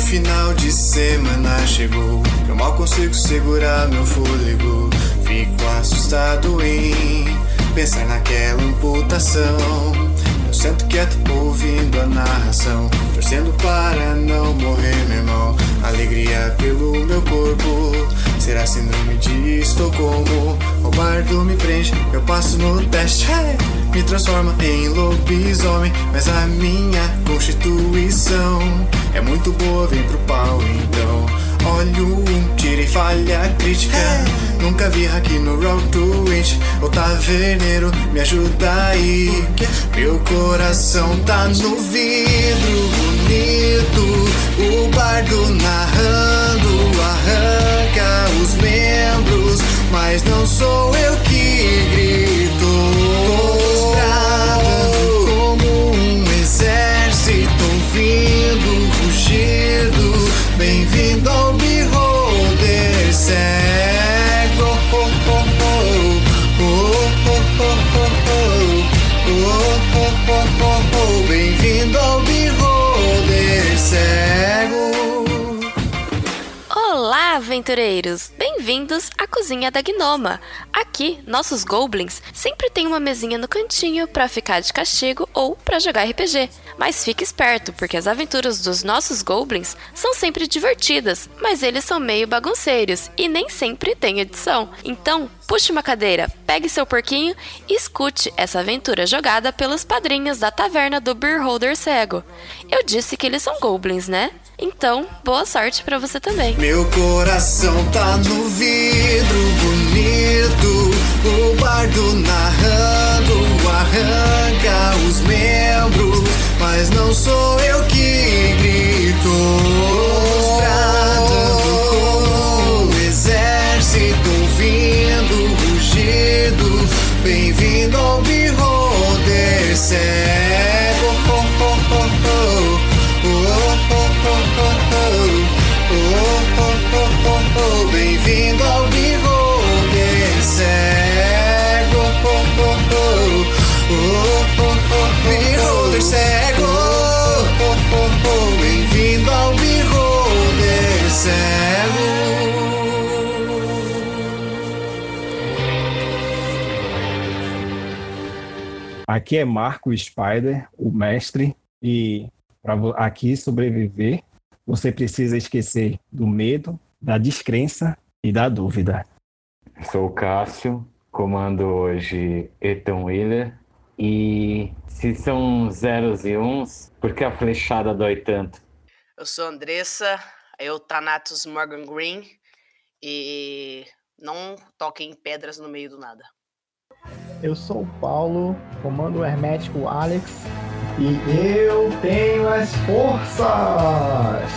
final de semana chegou. Eu mal consigo segurar meu fôlego. Fico assustado em pensar naquela amputação. Eu sento quieto ouvindo a narração, torcendo para não morrer, meu irmão. Alegria pelo meu corpo, será síndrome de Estocolmo. O bardo me prende, eu passo no teste, me transforma em lobisomem. Mas a minha constituição é muito boa, vem pro pau então. Olho tira e falha crítica. Nunca vi hack no Road to Witch. O taverneiro me ajuda aí. Meu coração tá no vidro bonito. O bardo narrando arranca os membros, mas não sou eu que grito. Todos bradando como um exército, ouvindo rugido. Bem-vindo ao Beholder cego. Bem-vindo ao Beholder cego. Olá, aventureiros! Bem-vindos à Cozinha da Gnoma. Aqui, nossos goblins sempre têm uma mesinha no cantinho pra ficar de castigo ou pra jogar RPG. Mas fique esperto, porque as aventuras dos nossos goblins são sempre divertidas, mas eles são meio bagunceiros e nem sempre tem edição. Então, puxe uma cadeira, pegue seu porquinho e escute essa aventura jogada pelos padrinhos da taverna do Beholder cego. Eu disse que eles são goblins, né? Então, boa sorte pra você também. Meu coração tá no vidro bonito. O bardo narrando arranca os membros, mas não sou eu que grito. Bradando como um exército, ouvindo rugido. Bem-vindo ao Beholder cego. Bem-vindo ao Beholder cego. Beholder cego. Bem-vindo ao Beholder cego. Aqui é Marco Spider, o mestre, e para aqui sobreviver, você precisa esquecer do medo, da descrença e da dúvida. Sou o Cássio, comando hoje Ethan Wheeler. E se são zeros e uns, por que a flechada dói tanto? Eu sou a Andressa, eu Thanatos Morgan Green. E não toquem pedras no meio do nada. Eu sou o Paulo, comando o hermético Alex. E eu tenho as forças!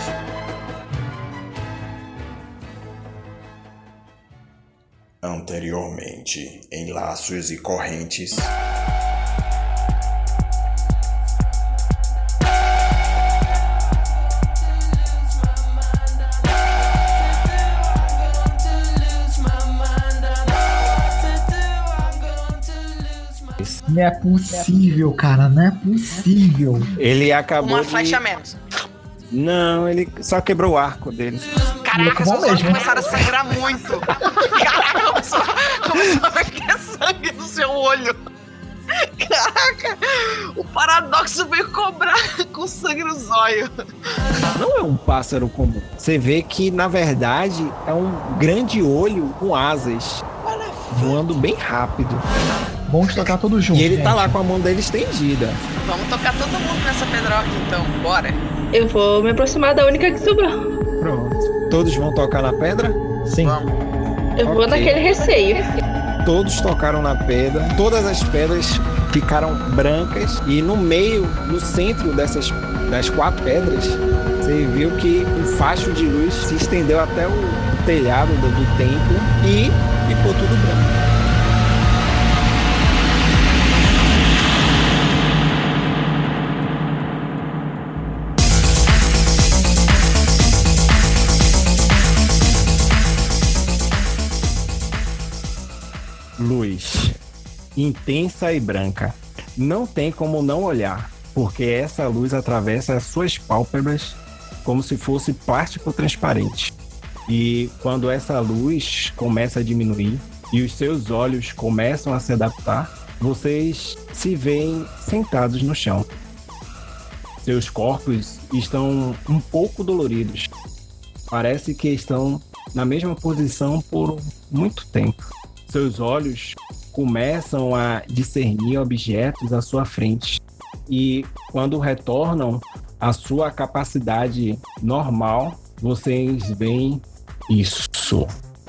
Anteriormente, em Laços e Correntes. Não é possível, cara, não é possível. Ele acabou Uma flecha a menos. Não, ele só quebrou o arco dele. Caraca, seus olhos começaram a sangrar muito. Caraca, começou a verter sangue do seu olho. Caraca, o paradoxo veio cobrar com sangue nos olhos. Não é um pássaro comum. Você vê que, na verdade, é um grande olho com asas, voando bem rápido. Vamos tocar todos juntos. E ele gente. tá lá com a mão dele estendida. Vamos tocar todo mundo nessa pedroca então, bora. Eu vou me aproximar da única que sobrou. Pronto. Todos vão tocar na pedra? Sim. Vamos. Eu vou naquele receio. Todos tocaram na pedra. Todas as pedras ficaram brancas. E no meio, no centro das 4 pedras, você viu que um facho de luz se estendeu até o telhado do templo e ficou tudo branco. Luz intensa e branca. Não tem como não olhar, porque essa luz atravessa as suas pálpebras como se fosse plástico transparente. E quando essa luz começa a diminuir e os seus olhos começam a se adaptar, vocês se veem sentados no chão. Seus corpos estão um pouco doloridos. Parece que estão na mesma posição por muito tempo. Seus olhos começam a discernir objetos à sua frente. E quando retornam à sua capacidade normal, vocês veem isso.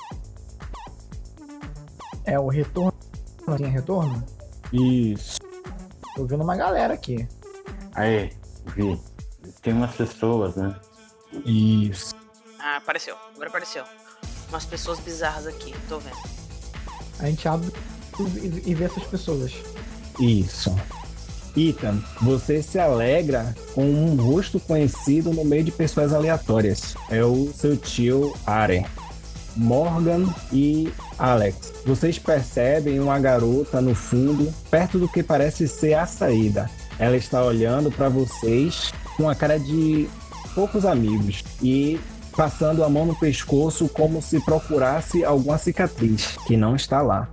É o retorno. Tinha retorno? Isso. Tô vendo uma galera aqui. Aí, vi. Tem umas pessoas, né? Isso. Ah, apareceu. Agora apareceu. Umas pessoas bizarras aqui, tô vendo. A gente abre e vê essas pessoas. Isso. Ethan, você se alegra com um rosto conhecido no meio de pessoas aleatórias. É o seu tio Are, Morgan e Alex. Vocês percebem uma garota no fundo, perto do que parece ser a saída. Ela está olhando para vocês com a cara de poucos amigos e passando a mão no pescoço como se procurasse alguma cicatriz, que não está lá.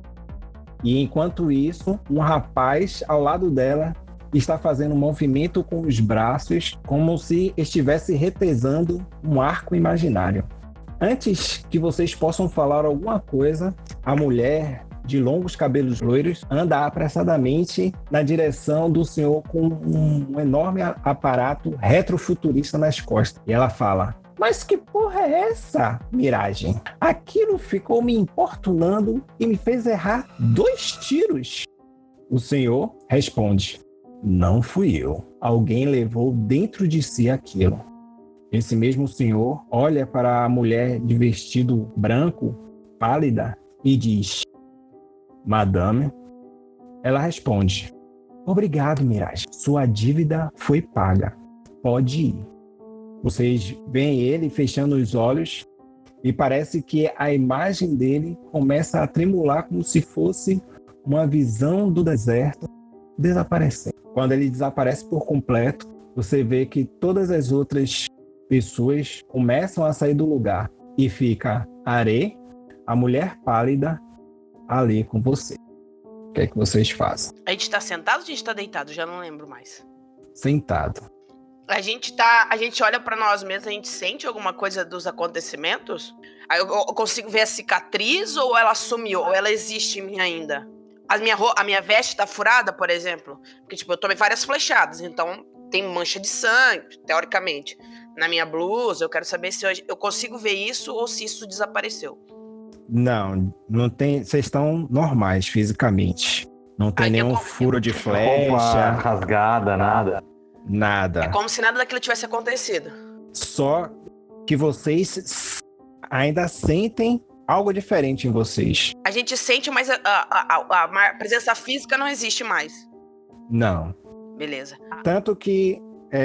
E enquanto isso, um rapaz ao lado dela está fazendo um movimento com os braços como se estivesse retesando um arco imaginário. Antes que vocês possam falar alguma coisa, a mulher de longos cabelos loiros anda apressadamente na direção do senhor com um enorme aparato retrofuturista nas costas. E ela fala: "Mas que porra é essa, Miragem? Aquilo ficou me importunando e me fez errar 2 tiros." O senhor responde: "Não fui eu. Alguém levou dentro de si aquilo." Esse mesmo senhor olha para a mulher de vestido branco, pálida, e diz: "Madame." Ela responde: "Obrigado, Miragem. Sua dívida foi paga. Pode ir." Vocês veem ele fechando os olhos e parece que a imagem dele começa a tremular como se fosse uma visão do deserto desaparecendo. Quando ele desaparece por completo, você vê que todas as outras pessoas começam a sair do lugar e fica Are, a mulher pálida, ali com você. O que é que vocês fazem? A gente tá sentado ou a gente tá deitado? Já não lembro mais. Sentado. A gente olha pra nós mesmos, a gente sente alguma coisa dos acontecimentos? Aí eu consigo ver a cicatriz ou ela sumiu? Ou ela existe em mim ainda? A minha veste tá furada, por exemplo? Porque, tipo, eu tomei várias flechadas, então tem mancha de sangue, teoricamente. Na minha blusa, eu quero saber se eu consigo ver isso ou se isso desapareceu. Não tem. Vocês estão normais fisicamente. Não tem nenhum furo de flecha. Roupa rasgada, nada. Nada. É como se nada daquilo tivesse acontecido. Só que vocês ainda sentem algo diferente em vocês. A gente sente, mas a presença física não existe mais. Não. Beleza. Tanto que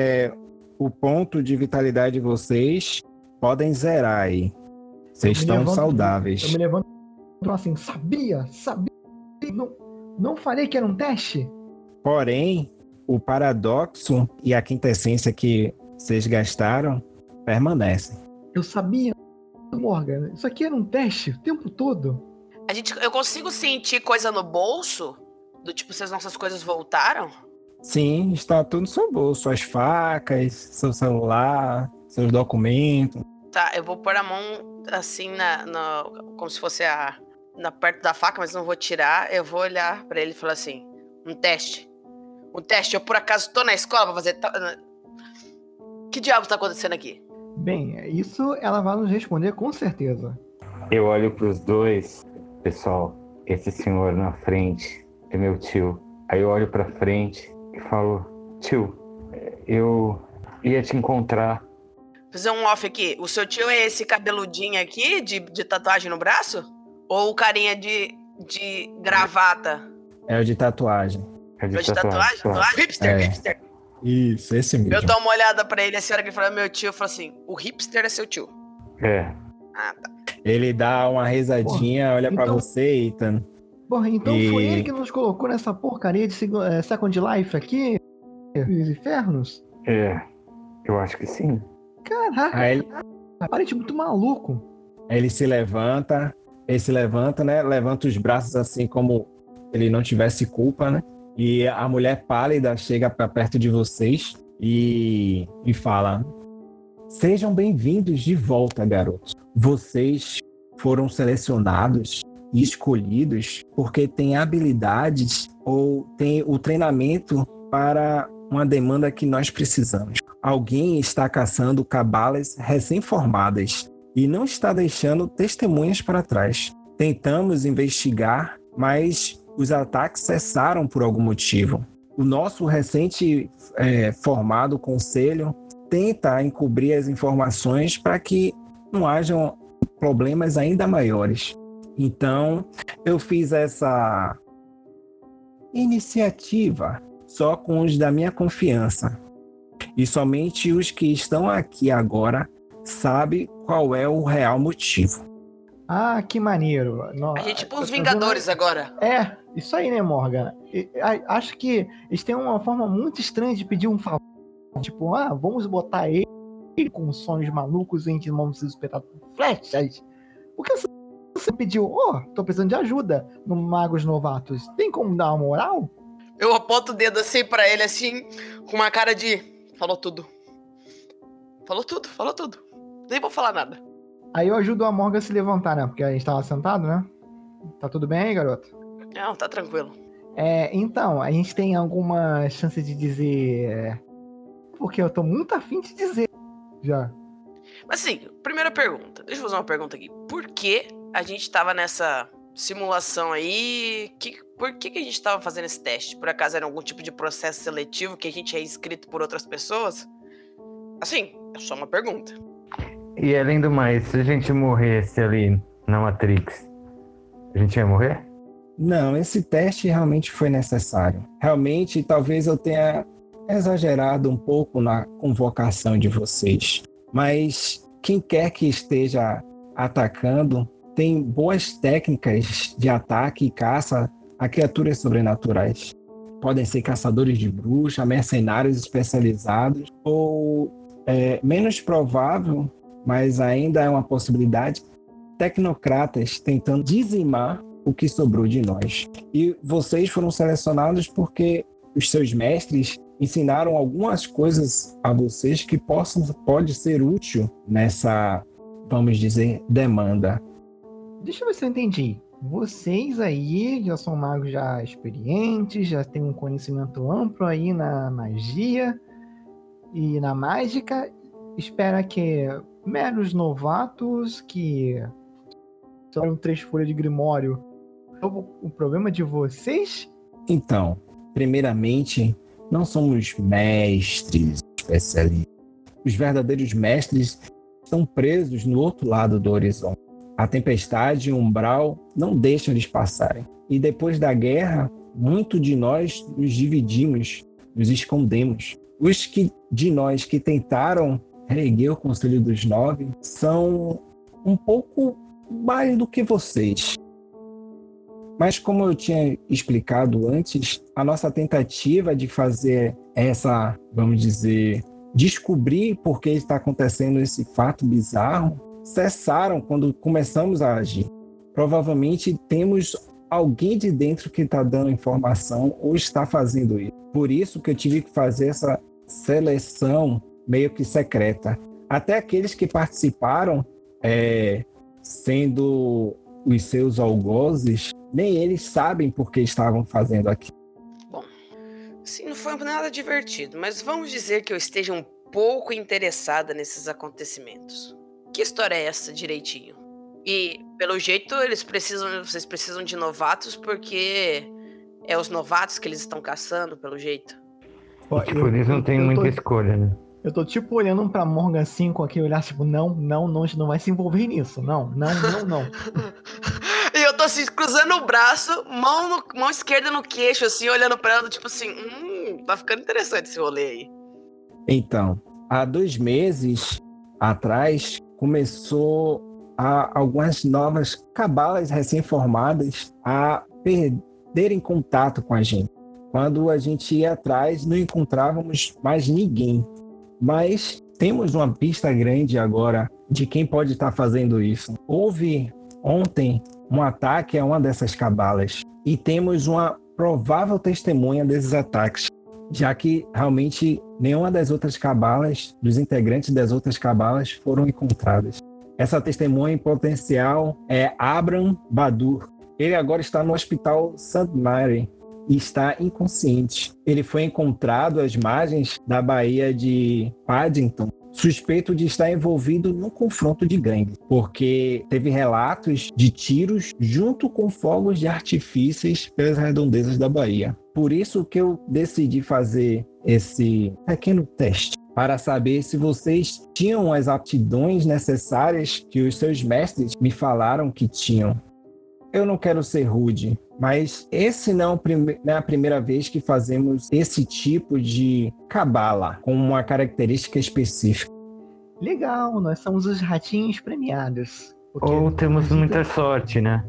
o ponto de vitalidade de vocês podem zerar aí. Vocês estão saudáveis. Eu me levanto assim, sabia? Não falei que era um teste? Porém, o paradoxo e a quintessência que vocês gastaram permanecem. Eu sabia, Morgan. Isso aqui era um teste o tempo todo. Eu consigo sentir coisa no bolso? Do tipo, se as nossas coisas voltaram? Sim, está tudo no seu bolso. Suas facas, seu celular, seus documentos. Tá, eu vou pôr a mão assim, como se fosse perto da faca, mas não vou tirar. Eu vou olhar pra ele e falar assim: um teste. Eu por acaso tô na escola pra fazer... Que diabo tá acontecendo aqui? Bem, isso ela vai nos responder com certeza. Eu olho pros dois. Pessoal, esse senhor na frente é meu tio. Aí eu olho pra frente e falo: "Tio, eu ia te encontrar." Vou fazer um off aqui. O seu tio é esse cabeludinho aqui, de tatuagem no braço? Ou o carinha de gravata? É o de tatuagem. É o de tatuagem? Hipster. Isso, esse mesmo. Eu dou uma olhada pra ele, a senhora que fala meu tio, fala assim: o hipster é seu tio. É. Ah, tá. Ele dá uma risadinha, olha pra você, Ethan. Porra, então foi ele que nos colocou nessa porcaria de Second Life aqui? Os infernos? É, eu acho que sim. Caraca, Aí parece muito maluco. ele se levanta, né? Levanta os braços assim como ele não tivesse culpa, né? E a mulher pálida chega para perto de vocês e fala: sejam bem-vindos de volta, garotos. Vocês foram selecionados e escolhidos porque têm habilidades ou têm o treinamento para uma demanda que nós precisamos. Alguém está caçando cabalas recém-formadas e não está deixando testemunhas para trás. Tentamos investigar, mas os ataques cessaram por algum motivo. O nosso recente formado conselho tenta encobrir as informações para que não hajam problemas ainda maiores. Então, eu fiz essa iniciativa só com os da minha confiança. E somente os que estão aqui agora sabem qual é o real motivo. Ah, que maneiro. A gente tipo os Vingadores agora. É, isso aí, né, Morgan? Acho que eles têm uma forma muito estranha de pedir um favor. Tipo, vamos botar ele com sonhos malucos e a gente vamos ser espetados por flechas. Por que você pediu, tô precisando de ajuda no Magos Novatos? Tem como dar uma moral? Eu aponto o dedo assim pra ele, assim, com uma cara de... Falou tudo. Nem vou falar nada. Aí eu ajudo a Morgan a se levantar, né? Porque a gente tava sentado, né? Tá tudo bem aí, garoto? Não, tá tranquilo. Então, a gente tem alguma chance de dizer... Porque eu tô muito afim de dizer já. Mas assim, primeira pergunta. Deixa eu fazer uma pergunta aqui. Por que a gente tava nessa simulação aí? Por que a gente tava fazendo esse teste? Por acaso era algum tipo de processo seletivo que a gente é inscrito por outras pessoas? Assim, é só uma pergunta. E além do mais, se a gente morresse ali na Matrix, a gente ia morrer? Não, esse teste realmente foi necessário. Realmente, talvez eu tenha exagerado um pouco na convocação de vocês. Mas quem quer que esteja atacando tem boas técnicas de ataque e caça a criaturas sobrenaturais. Podem ser caçadores de bruxa, mercenários especializados ou, menos provável, mas ainda é uma possibilidade, tecnocratas tentando dizimar o que sobrou de nós. E vocês foram selecionados porque os seus mestres ensinaram algumas coisas a vocês que pode ser útil nessa, vamos dizer, demanda. Deixa eu ver se eu entendi. Vocês aí já são magos já experientes, já têm um conhecimento amplo aí na magia e na mágica. Espera que meros novatos que são 3 folhas de grimório. O problema de vocês? Então, primeiramente, não somos mestres especialistas. Os verdadeiros mestres estão presos no outro lado do horizonte. A tempestade e o umbral não deixam eles passarem. E depois da guerra, muito de nós nos dividimos, nos escondemos. Os de nós que tentaram reerguer o Conselho dos Nove são um pouco mais do que vocês. Mas como eu tinha explicado antes, a nossa tentativa de fazer essa, vamos dizer, descobrir por que está acontecendo esse fato bizarro, cessaram quando começamos a agir. Provavelmente temos alguém de dentro que está dando informação ou está fazendo isso. Por isso que eu tive que fazer essa seleção meio que secreta. Até aqueles que participaram, sendo os seus algozes, nem eles sabem por que estavam fazendo aquilo. Bom, sim, não foi nada divertido, mas vamos dizer que eu esteja um pouco interessada nesses acontecimentos. Que história é essa direitinho? E, pelo jeito, vocês precisam de novatos porque é os novatos que eles estão caçando, pelo jeito. Tipo, eles não têm muita escolha, né? Eu tô tipo olhando pra Morgan assim com aquele olhar tipo, não, a gente não vai se envolver nisso, não. E eu tô assim, cruzando o braço, mão esquerda no queixo, assim, olhando pra ela, tipo assim, tá ficando interessante esse rolê aí. Então, há 2 meses atrás, começou algumas novas cabalas recém-formadas a perderem contato com a gente. Quando a gente ia atrás, não encontrávamos mais ninguém. Mas temos uma pista grande agora de quem pode estar fazendo isso. Houve ontem um ataque a uma dessas cabalas e temos uma provável testemunha desses ataques, já que realmente nenhuma das outras cabalas, dos integrantes das outras cabalas, foram encontradas. Essa testemunha em potencial é Abraham Badur. Ele agora está no hospital St. Mary e está inconsciente. Ele foi encontrado às margens da Baía de Paddington, suspeito de estar envolvido num confronto de gangue, porque teve relatos de tiros junto com fogos de artifícios pelas redondezas da Baía. Por isso que eu decidi fazer esse pequeno teste, para saber se vocês tinham as aptidões necessárias que os seus mestres me falaram que tinham. Eu não quero ser rude, mas esse não é a primeira vez que fazemos esse tipo de cabala com uma característica específica. Legal, nós somos os ratinhos premiados. Ou temos muita sorte, né?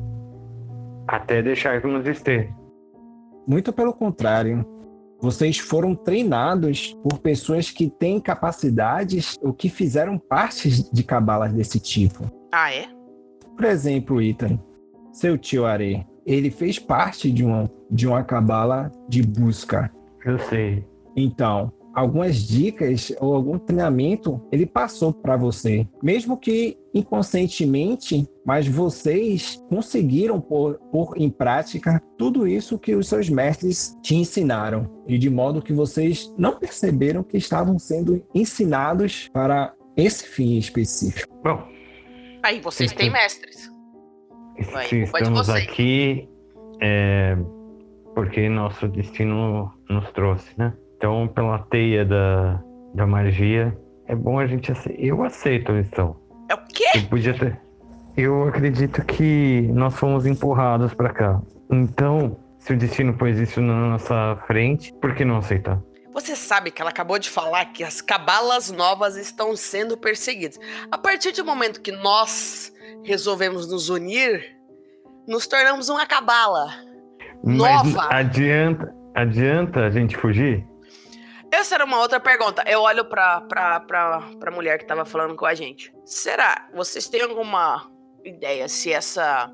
Até deixarmos de ter. Muito pelo contrário. Vocês foram treinados por pessoas que têm capacidades ou que fizeram parte de cabalas desse tipo. Ah, é? Por exemplo, Ethan, seu tio Are, ele fez parte de uma cabala de busca. Eu sei. Então, algumas dicas ou algum treinamento ele passou para você, mesmo que inconscientemente, mas vocês conseguiram pôr em prática tudo isso que os seus mestres te ensinaram, e de modo que vocês não perceberam que estavam sendo ensinados para esse fim específico. Bom, Aí vocês têm mestres. Vai, se culpa de estamos vocês. aqui, porque nosso destino nos trouxe, né? Então, pela teia da magia, é bom a gente aceitar. Eu aceito a missão. É o quê? Eu acredito que nós fomos empurrados pra cá. Então, se o destino pôs isso na nossa frente, por que não aceitar? Você sabe que ela acabou de falar que as cabalas novas estão sendo perseguidas. A partir do momento que nós resolvemos nos unir, nos tornamos uma cabala nova. Mas adianta a gente fugir? Essa era uma outra pergunta. Eu olho pra mulher que tava falando com a gente. Será? Vocês têm alguma ideia se essa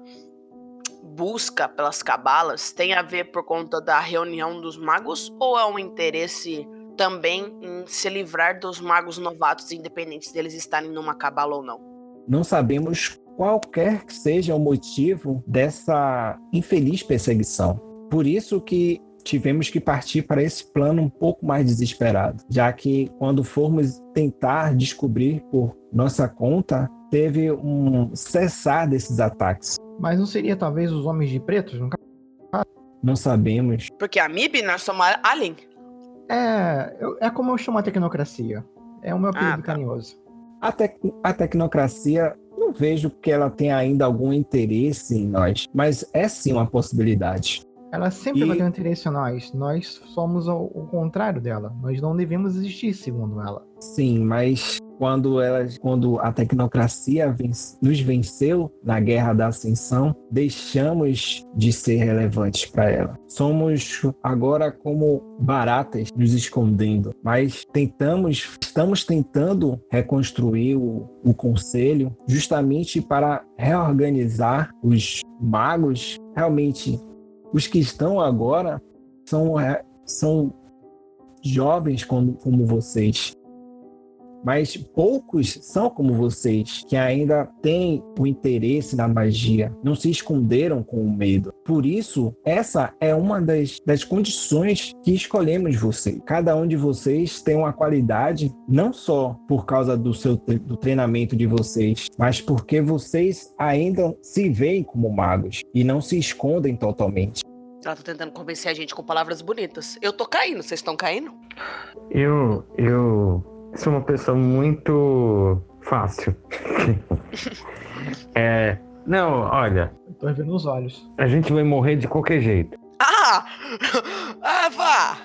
busca pelas cabalas tem a ver por conta da reunião dos magos? Ou é um interesse também em se livrar dos magos novatos, independentes deles estarem numa cabala ou não? Não sabemos qualquer que seja o motivo dessa infeliz perseguição. Por isso que tivemos que partir para esse plano um pouco mais desesperado, já que quando formos tentar descobrir por nossa conta, teve um cessar desses ataques. Mas não seria talvez os homens de pretos? Não sabemos. Porque a MIB, nós somos alien. É como eu chamo a tecnocracia. É o meu apelido tá. carinhoso. A tecnocracia, não vejo que ela tenha ainda algum interesse em nós, mas é sim uma possibilidade. Ela sempre vai ter um interesse em nós. Nós somos o contrário dela. Nós não devemos existir, segundo ela. Sim, mas quando a tecnocracia nos venceu na Guerra da Ascensão, deixamos de ser relevantes para ela. Somos agora como baratas nos escondendo, mas estamos tentando reconstruir o Conselho justamente para reorganizar os magos. Realmente, os que estão agora são jovens como vocês. Mas poucos são como vocês, que ainda têm o interesse na magia, não se esconderam com o medo. Por isso, essa é uma das condições que escolhemos você. Cada um de vocês tem uma qualidade, não só por causa do treinamento de vocês, mas porque vocês ainda se veem como magos e não se escondem totalmente. Ela tá tentando convencer a gente com palavras bonitas. Eu tô caindo, vocês estão caindo? Eu sou uma pessoa muito fácil. Não, olha. Eu tô vendo os olhos. A gente vai morrer de qualquer jeito. Vá!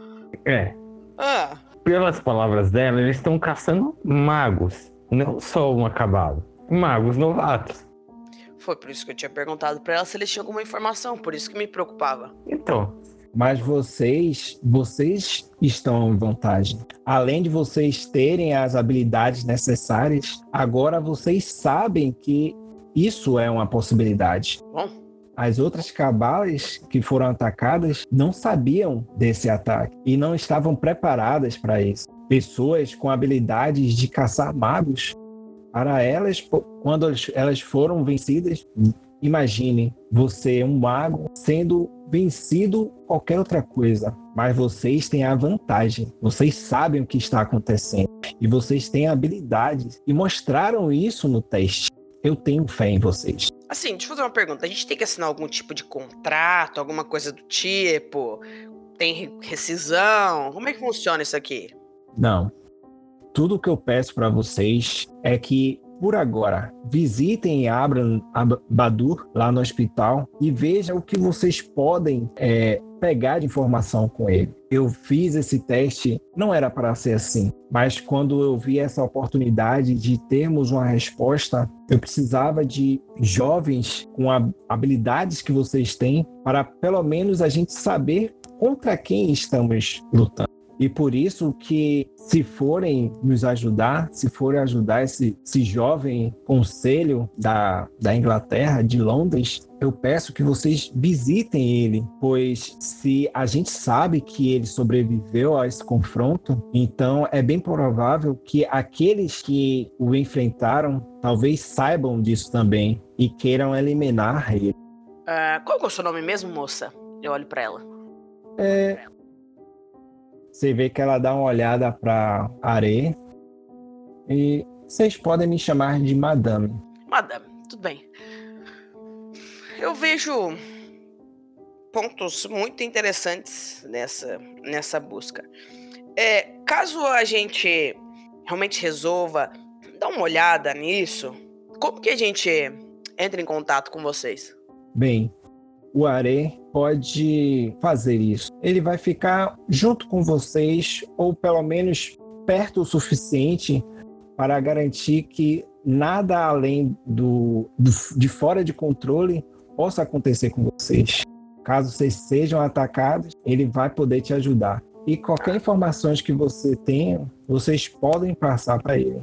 Pelas palavras dela, eles estão caçando magos. Não só uma cabala. Magos novatos. Foi por isso que eu tinha perguntado pra ela se eles tinham alguma informação. Por isso que me preocupava. Então, Mas vocês estão em vantagem. Além de vocês terem as habilidades necessárias, agora vocês sabem que isso é uma possibilidade. Bom, As outras cabalas que foram atacadas não sabiam desse ataque e não estavam preparadas para isso. Pessoas com habilidades de caçar magos, para elas, quando elas foram vencidas, imagine você, um mago, sendo vencido qualquer outra coisa. Mas vocês têm a vantagem. Vocês sabem o que está acontecendo. E vocês têm habilidades. E mostraram isso no teste. Eu tenho fé em vocês. assim, deixa eu fazer uma pergunta. A gente tem que assinar algum tipo de contrato, alguma coisa do tipo? Tem rescisão? Como é que funciona isso aqui? Não. Tudo que eu peço para vocês é que, por agora, visitem Abram Badur lá no hospital e vejam o que vocês podem pegar de informação com ele. Eu fiz esse teste, não era para ser assim, mas quando eu vi essa oportunidade de termos uma resposta, eu precisava de jovens com habilidades que vocês têm para pelo menos a gente saber contra quem estamos lutando. E por isso que, se forem nos ajudar, se forem ajudar esse jovem conselho da Inglaterra, de Londres, eu peço que vocês visitem ele, pois se a gente sabe que ele sobreviveu a esse confronto, então é bem provável que aqueles que o enfrentaram talvez saibam disso também e queiram eliminar ele. Qual que é o seu nome mesmo, moça? Eu olho pra ela. Você vê que ela dá uma olhada para Are e vocês podem me chamar de Madame. Madame, tudo bem. Eu vejo pontos muito interessantes nessa busca. Caso a gente realmente resolva dar uma olhada nisso, como que a gente entra em contato com vocês? Bem, o Are pode fazer isso. Ele vai ficar junto com vocês, ou pelo menos perto o suficiente para garantir que nada além de fora de controle possa acontecer com vocês. Caso vocês sejam atacados, ele vai poder te ajudar. E qualquer informação que você tenha, vocês podem passar para ele.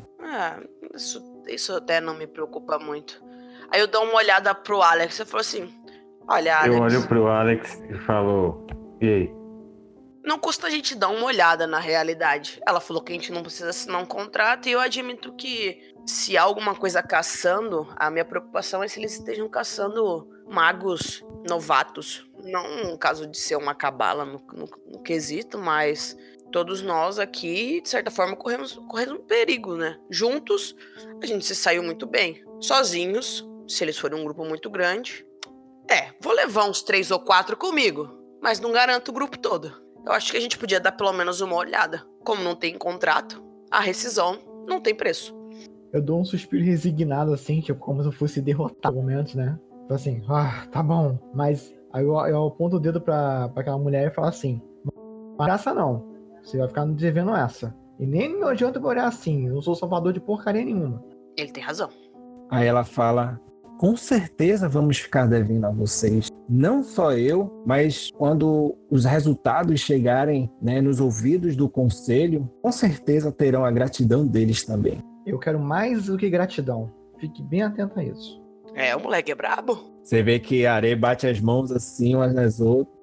Isso até não me preocupa muito. Aí eu dou uma olhada pro Alex e falo assim: olha, Alex, Eu olho pro Alex e falo, e aí? não custa a gente dar uma olhada na realidade. Ela falou que a gente não precisa assinar um contrato e eu admito que se há alguma coisa caçando, a minha preocupação é se eles estejam caçando magos novatos. Não no caso de ser uma cabala no quesito, mas todos nós aqui, de certa forma, corremos um perigo, né? Juntos, a gente se saiu muito bem. Sozinhos, se eles forem um grupo muito grande, vou levar uns 3 ou 4 comigo, mas não garanto o grupo todo. Eu acho que a gente podia dar pelo menos uma olhada. Como não tem contrato, a rescisão não tem preço. Eu dou um suspiro resignado, assim, tipo, como se eu fosse derrotar no momento, né? Então, assim, tá bom. Mas aí eu aponto o dedo pra aquela mulher e falo assim: não graça não. Você vai ficar devendo essa. E nem me adianta eu olhar assim. Eu não sou salvador de porcaria nenhuma. Ele tem razão. Aí ela fala: com certeza vamos ficar devendo a vocês. Não só eu, mas quando os resultados chegarem, né, nos ouvidos do conselho, com certeza terão a gratidão deles também. Eu quero mais do que gratidão. Fique bem atento a isso. O moleque é brabo. Você vê que a Are bate as mãos assim umas nas outras.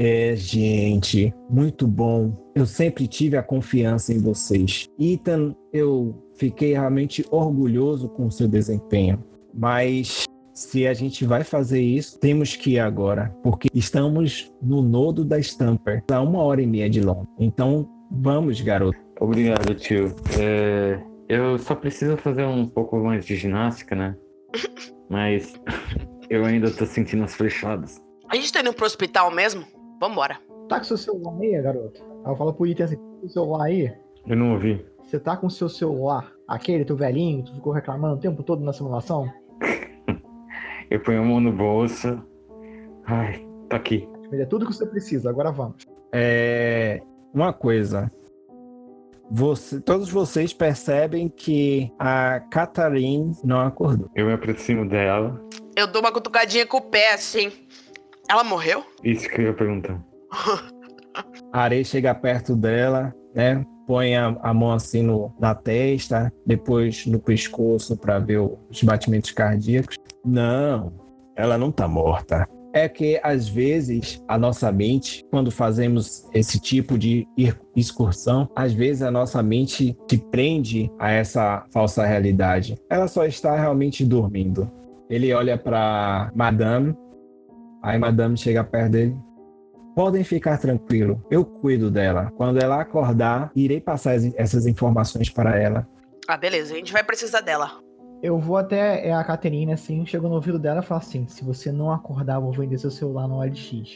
Gente, muito bom. Eu sempre tive a confiança em vocês. Ethan, eu fiquei realmente orgulhoso com o seu desempenho. Mas se a gente vai fazer isso, temos que ir agora, porque estamos no nodo da Stamper, a 1h30 de Londres. Então, vamos, garoto. Obrigado, tio. Eu só preciso fazer um pouco mais de ginástica, né? Mas eu ainda tô sentindo as flechadas. A gente tá indo pro hospital mesmo? Vambora. Tá com seu celular aí, garoto? Aí eu falo pro Ethan assim: tá com o celular aí? Eu não ouvi. Você tá com o seu celular? Aquele teu velhinho, tu ficou reclamando o tempo todo na simulação? Eu ponho a mão no bolso. Ai, tá aqui. É tudo que você precisa, agora vamos. Uma coisa. Todos vocês percebem que a Catherine não acordou. Eu me aproximo dela. Eu dou uma cutucadinha com o pé, assim. Ela morreu? Isso que eu ia perguntar. A areia chega perto dela, né? Põe a mão assim na testa, depois no pescoço para ver os batimentos cardíacos. Não, ela não tá morta. É que, às vezes, a nossa mente, quando fazemos esse tipo de excursão, às vezes a nossa mente se prende a essa falsa realidade. Ela só está realmente dormindo. Ele olha para Madame, aí Madame chega perto dele. Podem ficar tranquilos, eu cuido dela. Quando ela acordar, irei passar essas informações para ela. Ah, beleza, a gente vai precisar dela. Eu vou até a Caterina, assim, chego no ouvido dela e falo assim, se você não acordar, eu vou vender seu celular no OLX.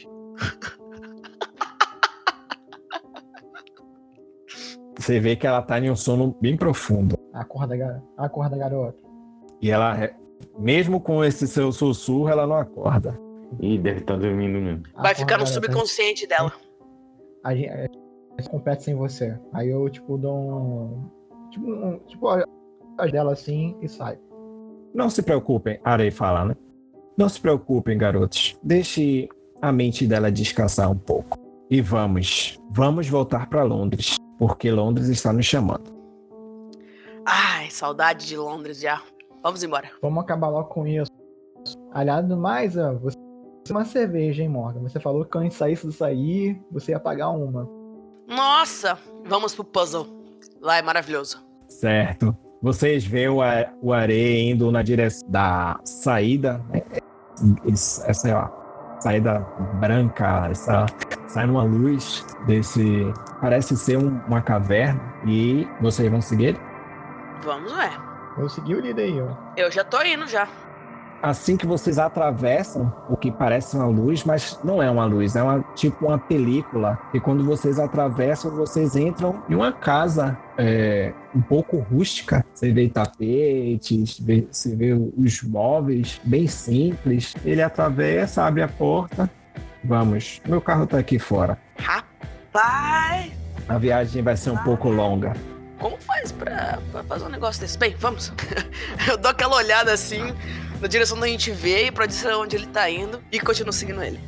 Você vê que ela tá em um sono bem profundo. Acorda, garota. E ela, mesmo com esse seu sussurro, ela não acorda. Ih, deve estar dormindo mesmo. Vai ficar no subconsciente dela. A gente compete sem você. Aí eu, dou um... olha dela assim e sai. Não se preocupem, Arei fala, né? Não se preocupem, garotos. Deixe a mente dela descansar um pouco. E vamos voltar para Londres, porque Londres está nos chamando. Ai, saudade de Londres já. Vamos embora. Vamos acabar logo com isso. Aliás, do mais, você uma cerveja, hein, Morgan? Você falou que quando a gente saísse do sair, você ia pagar uma. Nossa, vamos pro puzzle. Lá é maravilhoso. Certo. Vocês veem o Arei indo na direção da saída. Essa é a saída branca, sai uma luz desse... Parece ser uma caverna. E vocês vão seguir ele? Vamos, Eu segui o líder aí, ó. Eu já tô indo, já. Assim que vocês atravessam o que parece uma luz, mas não é uma luz, é tipo uma película. E quando vocês atravessam, vocês entram em uma casa um pouco rústica. Você vê tapetes, você vê os móveis bem simples. Ele atravessa, abre a porta. Vamos, meu carro tá aqui fora. Rapaz! A viagem vai ser um pouco longa. Como faz pra fazer um negócio desse? Bem, vamos. Eu dou aquela olhada assim, na direção da gente veio, pra dizer onde ele tá indo, e continuo seguindo ele.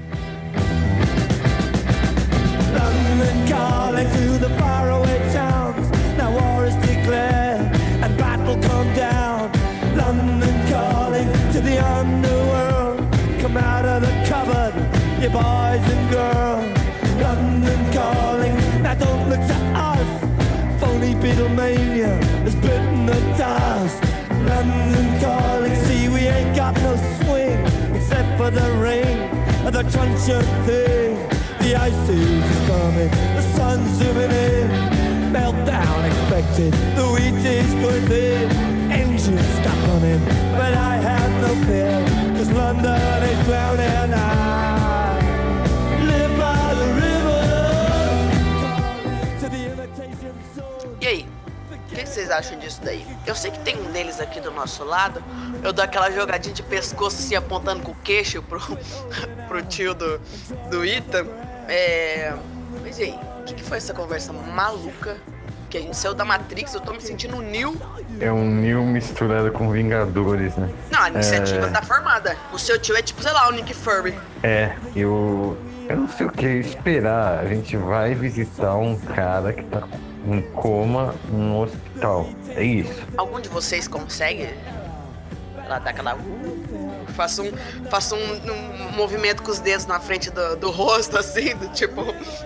London calling to the faraway towns. Now war is declared and battle come down. London calling to the underworld. Come out of the cupboard, you boys and girls. London calling, now don't look to us. Phony Beatlemania has bitten the dust. London calling, see we ain't got no swing except for the ring of the truncheon thing. The ice age is coming, the sun's zooming in. Meltdown expected, the wheat is going thin. Engines stop running, but I have no fear, 'cause London is drowning. I live by the river to the imitation sword. E aí? O que vocês acham disso daí? Eu sei que tem um deles aqui do nosso lado. Eu dou aquela jogadinha de pescoço assim, apontando com o queixo pro tio do Ethan. Mas e aí? O que foi essa conversa maluca? Que a gente saiu da Matrix, eu tô me sentindo um Neo. É um Neo misturado com Vingadores, né? Não, a iniciativa tá formada. O seu tio é tipo, sei lá, o Nick Fury. Eu não sei o que esperar. A gente vai visitar um cara que tá em coma no hospital. É isso. Algum de vocês consegue? Ela dá aquela... Faça um movimento com os dedos na frente do rosto, assim, do tipo...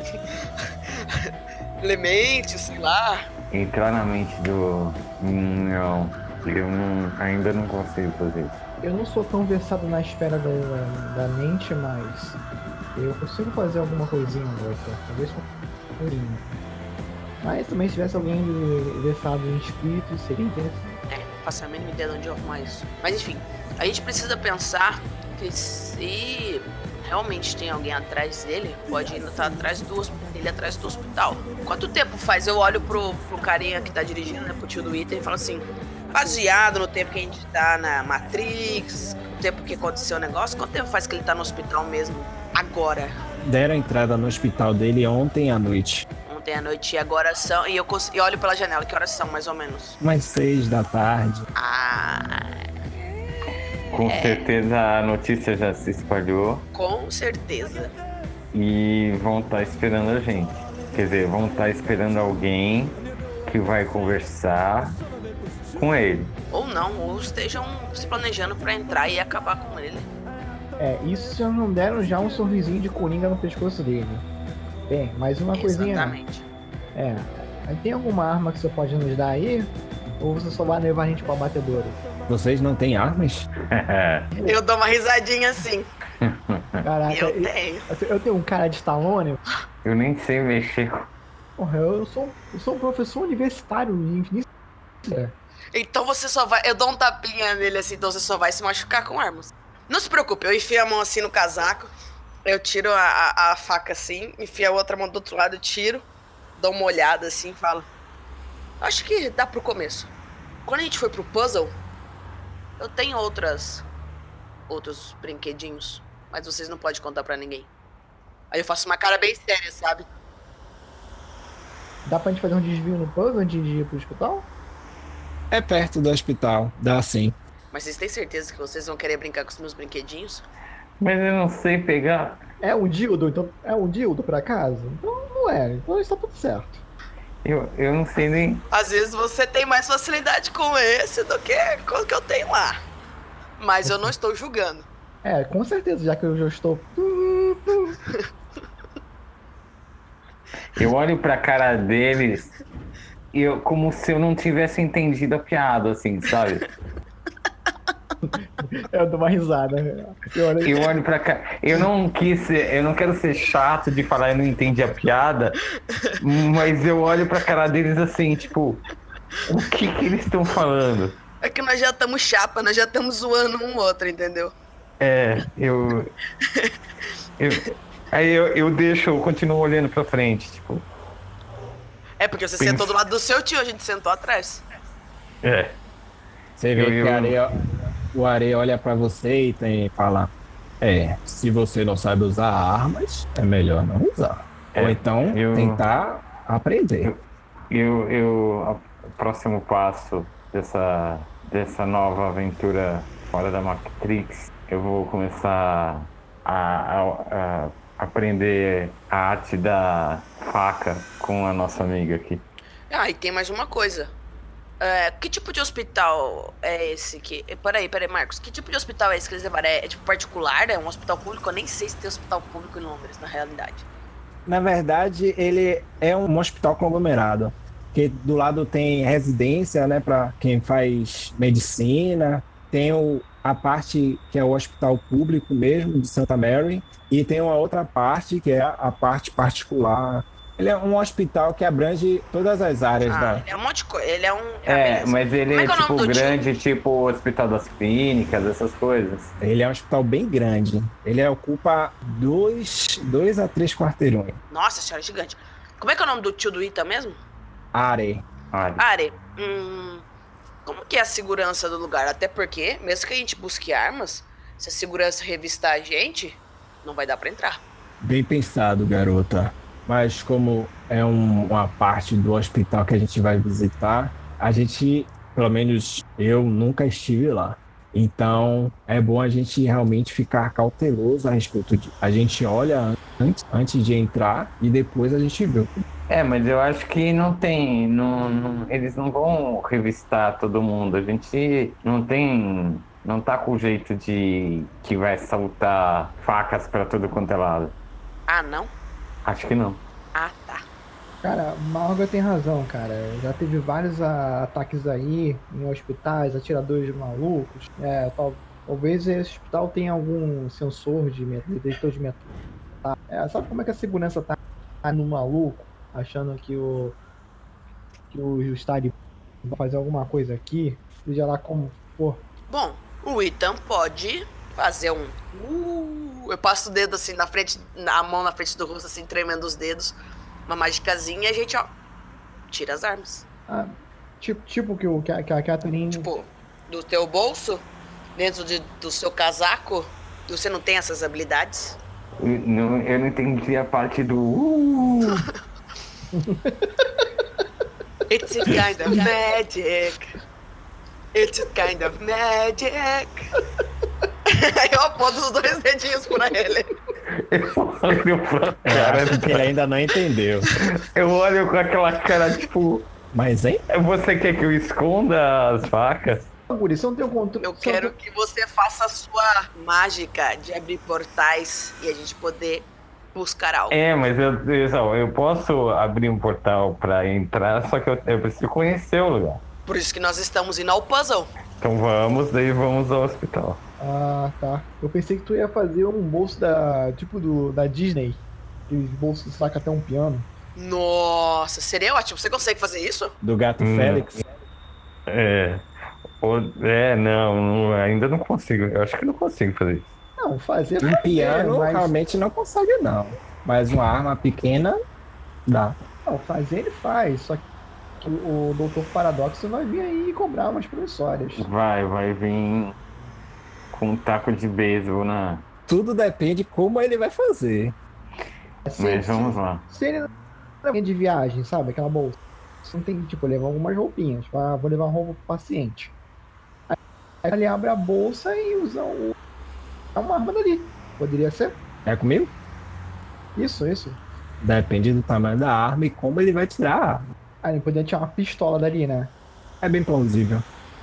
Elementos, sei lá. Entrar na mente do... Não, ainda não consigo fazer isso. Eu não sou tão versado na esfera da mente, mas eu consigo fazer alguma coisinha ou outra. Talvez com purinho. Mas também se tivesse alguém versado em espírito, seria interessante. Faço a mínima ideia de onde eu arrumar isso. Mas enfim, a gente precisa pensar que se realmente tem alguém atrás dele, pode ainda estar atrás do hospital. Quanto tempo faz? Eu olho pro carinha que tá dirigindo, né, pro tio do Ethan, e falo assim, baseado no tempo que a gente tá na Matrix, o tempo que aconteceu o negócio, quanto tempo faz que ele tá no hospital mesmo, agora? Deram a entrada no hospital dele ontem à noite. Ontem à noite, e agora são... E eu olho pela janela, que horas são, mais ou menos? Umas 6 da tarde. Com certeza a notícia já se espalhou. Com certeza. e vão estar esperando a gente. Quer dizer, vão estar esperando alguém que vai conversar com ele. Ou não, ou estejam se planejando pra entrar e acabar com ele. Isso se não deram já um sorrisinho de coringa no pescoço dele. Bem, mais uma coisinha. Exatamente. Aí tem alguma arma que você pode nos dar aí? Ou você só vai levar a gente pra batedora? Vocês não têm armas? Eu dou uma risadinha assim. Caraca, eu tenho um cara de Stallone. Eu nem sei mexer. Porra, eu sou um professor universitário infinito. Então você só vai... Eu dou um tapinha nele assim, então você só vai se machucar com armas. Não se preocupe, eu enfio a mão assim no casaco, eu tiro a faca assim, enfio a outra mão do outro lado, eu tiro, dou uma olhada assim e falo... Acho que dá pro começo. Quando a gente for pro puzzle, eu tenho outros brinquedinhos, mas vocês não podem contar pra ninguém. Aí eu faço uma cara bem séria, sabe? Dá pra gente fazer um desvio no puzzle antes de ir pro hospital? É perto do hospital, dá sim. Mas vocês têm certeza que vocês vão querer brincar com os meus brinquedinhos? Mas eu não sei pegar. É um dildo, então é um dildo por acaso? Então não é, então está tudo certo. Eu não sei nem... Às vezes você tem mais facilidade com esse do que com o que eu tenho lá. Mas eu não estou julgando. Com certeza, já que eu já estou... Eu olho pra cara deles e como se eu não tivesse entendido a piada, assim, sabe? Eu dou uma risada. Eu olho pra cá. Eu não quero ser chato de falar eu não entendi a piada, mas eu olho pra cara deles assim, tipo, o que eles estão falando? É que nós já estamos chapa, nós já estamos zoando um outro, entendeu? Eu deixo, eu continuo olhando pra frente, tipo. É porque você sentou do lado do seu tio, a gente sentou atrás. Você vê que o Areia olha pra você e fala: se você não sabe usar armas, é melhor não usar. Ou então tentar aprender. O próximo passo dessa nova aventura fora da Matrix, eu vou começar a aprender a arte da faca com a nossa amiga aqui. E tem mais uma coisa. Que tipo de hospital é esse aqui? Peraí, Marcos. Que tipo de hospital é esse que eles levaram? É tipo particular? É um hospital público? Eu nem sei se tem hospital público em Londres, na realidade. Na verdade, ele é um hospital conglomerado. Que do lado tem residência, né, para quem faz medicina. Tem a parte que é o hospital público mesmo, de Santa Mary. E tem uma outra parte que é a parte particular. Ele é um hospital que abrange todas as áreas da... É um monte de coisa. Ele é um... mas ele é tipo grande, tipo o Hospital das Clínicas, essas coisas. Ele é um hospital bem grande. Ele ocupa 2 a 3 quarteirões. Nossa senhora, gigante. Como é que é o nome do tio do Ita mesmo? Are. Como que é a segurança do lugar? Até porque, mesmo que a gente busque armas, se a segurança revistar a gente, não vai dar pra entrar. Bem pensado, garota. Mas como é uma parte do hospital que a gente vai visitar, a gente, pelo menos eu, nunca estive lá. Então é bom a gente realmente ficar cauteloso a respeito de... A gente olha antes de entrar e depois a gente vê. Mas eu acho que não tem... eles não vão revistar todo mundo. A gente não tá com o jeito de que vai soltar facas pra tudo quanto é lado. Ah, não? Acho que não. Ah, tá. Cara, Marga tem razão, cara. Já teve vários ataques aí em hospitais, atiradores malucos. Talvez esse hospital tenha algum sensor de detector de metal. Sabe como é que a segurança tá no maluco, achando que o estádio vai fazer alguma coisa aqui, seja lá como for. Bom, o Ethan pode fazer um... eu passo o dedo assim na frente, a mão na frente do rosto, assim, tremendo os dedos. Uma magicazinha e a gente, tira as armas. Tipo que a Catherine... Tipo, do teu bolso, dentro do seu casaco, você não tem essas habilidades? Eu não entendi a parte do... It's a kind of magic. It's a kind of magic. Aí eu aponto os 2 dedinhos pra ele. Eu olho pra cara. Acho que ele ainda não entendeu. Eu olho com aquela cara, tipo... Mas, hein? Você quer que eu esconda as facas? Guri, você não tem o controle. Eu quero que você faça a sua mágica de abrir portais e a gente poder buscar algo. Mas eu posso abrir um portal pra entrar, só que eu preciso conhecer o lugar. Por isso que nós estamos indo ao puzzle. Então daí vamos ao hospital. Ah, tá. Eu pensei que tu ia fazer um bolso da Disney. Aqueles bolsos que saca até um piano. Nossa, seria ótimo. Você consegue fazer isso? Do gato Félix. Não, ainda não consigo. Eu acho que não consigo fazer isso. Não, fazer... Um piano mas... realmente não consegue, não. Mas uma arma pequena, dá. Não, fazer ele faz. Só que o Dr. Paradoxo vai vir aí cobrar umas promissórias. Vai vir com um taco de beisebol na... Tudo depende como ele vai fazer. Mas vamos lá. Se ele não é de viagem, sabe? Aquela bolsa. Você não tem, tipo, levar algumas roupinhas. Vou levar roupa pro paciente. Aí ele abre a bolsa e usa uma arma dali. Poderia ser? É comigo? Isso. Depende do tamanho da arma e como ele vai tirar a arma. Aí ele poderia tirar uma pistola dali, né? É bem plausível.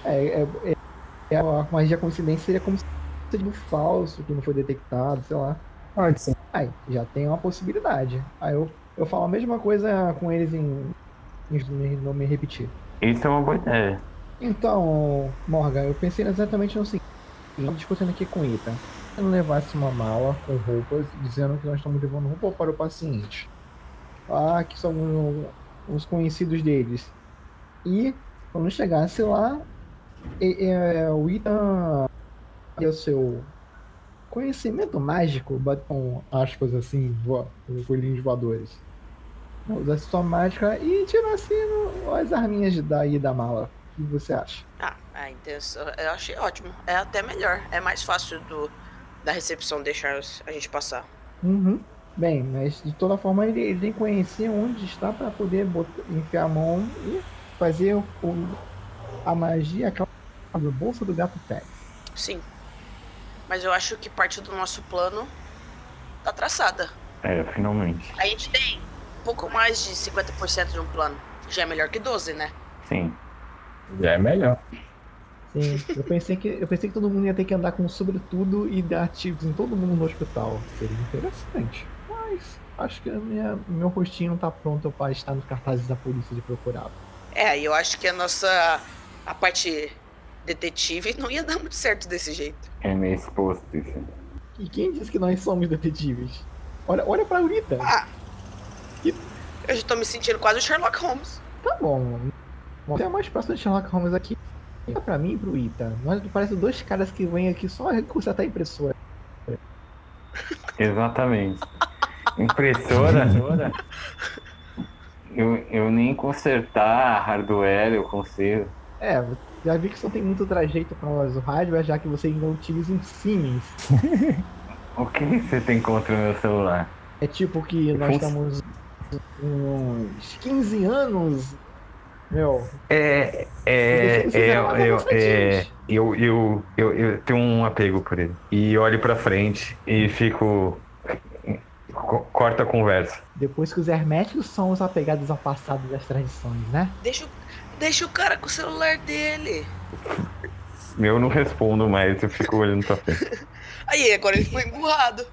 A magia coincidência seria como se fosse um falso que não foi detectado, sei lá. Pode ser. Aí, já tem uma possibilidade. Aí eu falo a mesma coisa com eles em não me repetir. Isso é uma boa ideia. Então, Morgan, eu pensei exatamente no seguinte. Discutindo aqui com Ita. Se eu não levasse uma mala com roupas, dizendo que nós estamos levando roupa para o paciente. Que são os conhecidos deles. E, quando chegasse lá, o Ita e o seu conhecimento mágico, com aspas assim, coelhinhos voadores. Usasse sua mágica e tirasse as arminhas daí da mala. O que você acha? A intenção, eu achei ótimo. É até melhor. É mais fácil da recepção deixar a gente passar. Uhum. Bem, mas de toda forma ele tem que conhecer onde está para poder enfiar a mão e fazer a magia, aquela bolsa do gato Félix. Sim. Mas eu acho que parte do nosso plano tá traçada. Finalmente. A gente tem pouco mais de 50% de um plano. Já é melhor que 12, né? Sim. Já é melhor. Sim, eu pensei que todo mundo ia ter que andar com sobretudo e dar tiros em todo mundo no hospital. Seria interessante. Mas acho que meu rostinho não tá pronto para estar nos cartazes da polícia de procurado. Eu acho que a parte detetive não ia dar muito certo desse jeito. É meio exposto isso. E quem disse que nós somos detetives? Olha pra Rita. Eu já tô me sentindo quase o Sherlock Holmes. Tá bom. Você é mais próximo de Sherlock Holmes aqui. Pra mim e pro Ita. Nós parecem dois caras que vêm aqui só consertar a impressora. Exatamente. Impressora? eu nem consertar hardware eu consigo. Já vi que só tem muito trajeto para o hardware, já que você ainda utiliza um Siemens. O que você tem contra o meu celular? É tipo que nós estamos uns 15 anos, meu. Eu tenho um apego por ele. E olho pra frente e fico... Corta a conversa. Depois que os herméticos são os apegados ao passado das tradições, né? Deixa o cara com o celular dele. Eu não respondo mais, eu fico olhando pra frente. Aí, agora ele foi emburrado.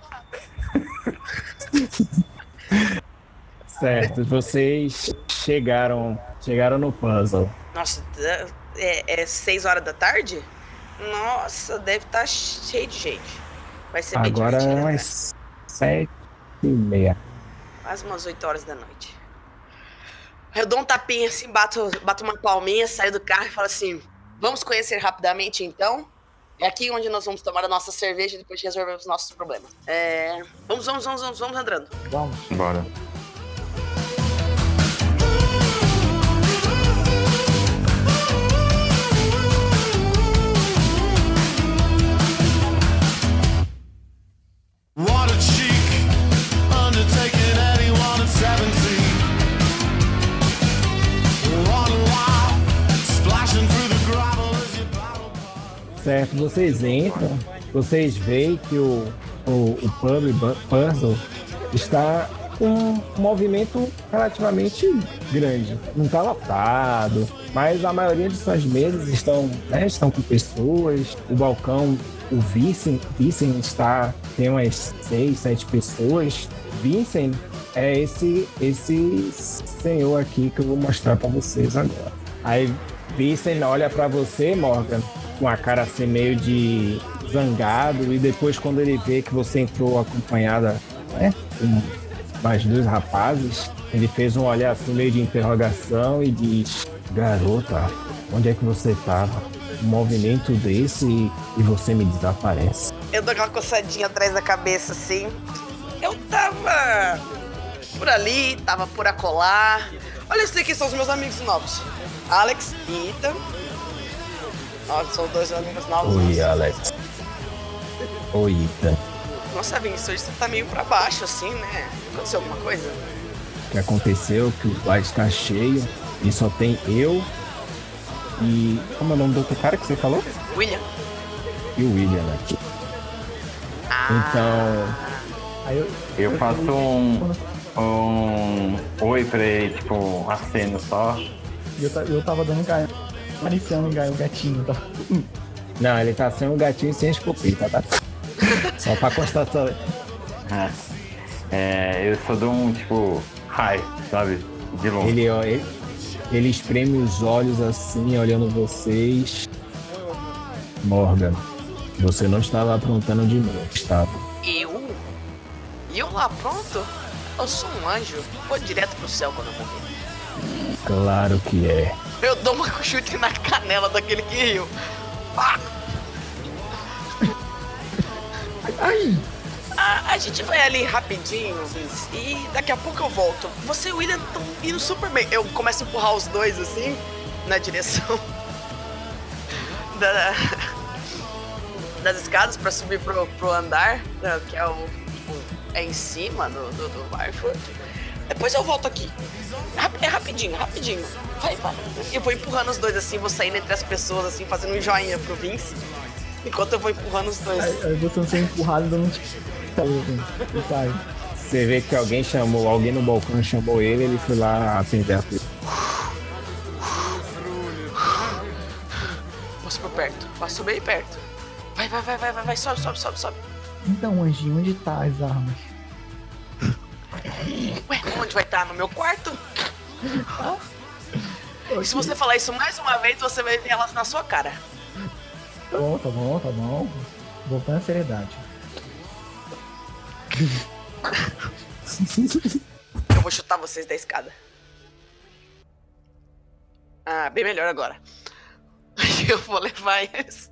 Certo, vocês chegaram no puzzle. Nossa, é 6 horas da tarde? Nossa, deve estar cheio de gente. Vai ser bem agora divertido. Agora é umas 7h30. Quase umas 8 horas da noite. Eu dou um tapinha assim, bato uma palminha, saio do carro e falo assim: vamos conhecer rapidamente então? É aqui onde nós vamos tomar a nossa cerveja e depois resolver os nossos problemas. Vamos entrando. Vamos. Bora. What a cheek undertaking anyone at 17. Certo, vocês entram, vocês veem que o o Puzzle está com um movimento relativamente grande. Não está lotado, mas a maioria de suas mesas estão com pessoas. O balcão, o Vincent tem umas 6, 7 pessoas. Vincent é esse senhor aqui que eu vou mostrar para vocês agora. Aí Vincent olha para você, Morgan, com a cara assim meio de zangado, e depois quando ele vê que você entrou acompanhada, né, com mais 2 rapazes, ele fez um olhar assim meio de interrogação e diz: garota, onde é que você estava? Um movimento desse e você me desaparece. Eu dou aquela coçadinha atrás da cabeça assim. Eu tava por ali, tava por acolá. Olha, esses aqui são os meus amigos novos: Alex e Ethan. São 2 amigos novos. Oi, Alex. Oi, Ethan. Nossa, Vince, hoje você tá meio pra baixo, assim, né? Aconteceu alguma coisa? O que aconteceu é que o bar está cheio e só tem eu e... Como é o nome do outro cara que você falou? William. E o William aqui. Então... Aí Eu faço um oi pra ele, tipo, um aceno só. eu tava dando acariciando o gatinho, tá? Não, ele tá sendo um gatinho sem escopeta, tá? Só pra constatar. Eu só dou um, tipo, hi, sabe? De longe. Ele espreme os olhos assim, olhando vocês. Morgan, você não estava aprontando de novo, estava? Eu lá pronto? Eu sou um anjo, vou direto pro céu quando eu morrer. Claro que é. Eu dou uma chute na canela daquele que riu. Ah! Ai! A gente vai ali rapidinho, Vince, e daqui a pouco eu volto. Você e o William estão indo super bem. Eu começo a empurrar os dois assim, na direção das escadas pra subir pro andar, que é é em cima do Barfoot. Depois eu volto aqui. É rapidinho. Vai. Eu vou empurrando os dois assim, vou saindo entre as pessoas assim, fazendo um joinha pro Vince, enquanto eu vou empurrando os dois. Aí você não ser empurrado dando sai. Você vê que alguém no balcão chamou ele foi lá atender a coisa. Posso por perto, passo bem perto. Vai, sobe. Então, Anjinho, onde tá as armas? Ué, onde vai estar? No meu quarto? E se você falar isso mais uma vez, você vai ver elas na sua cara. Tá bom. Voltando à seriedade. Eu vou chutar vocês da escada. Bem melhor agora. Eu vou levar eles.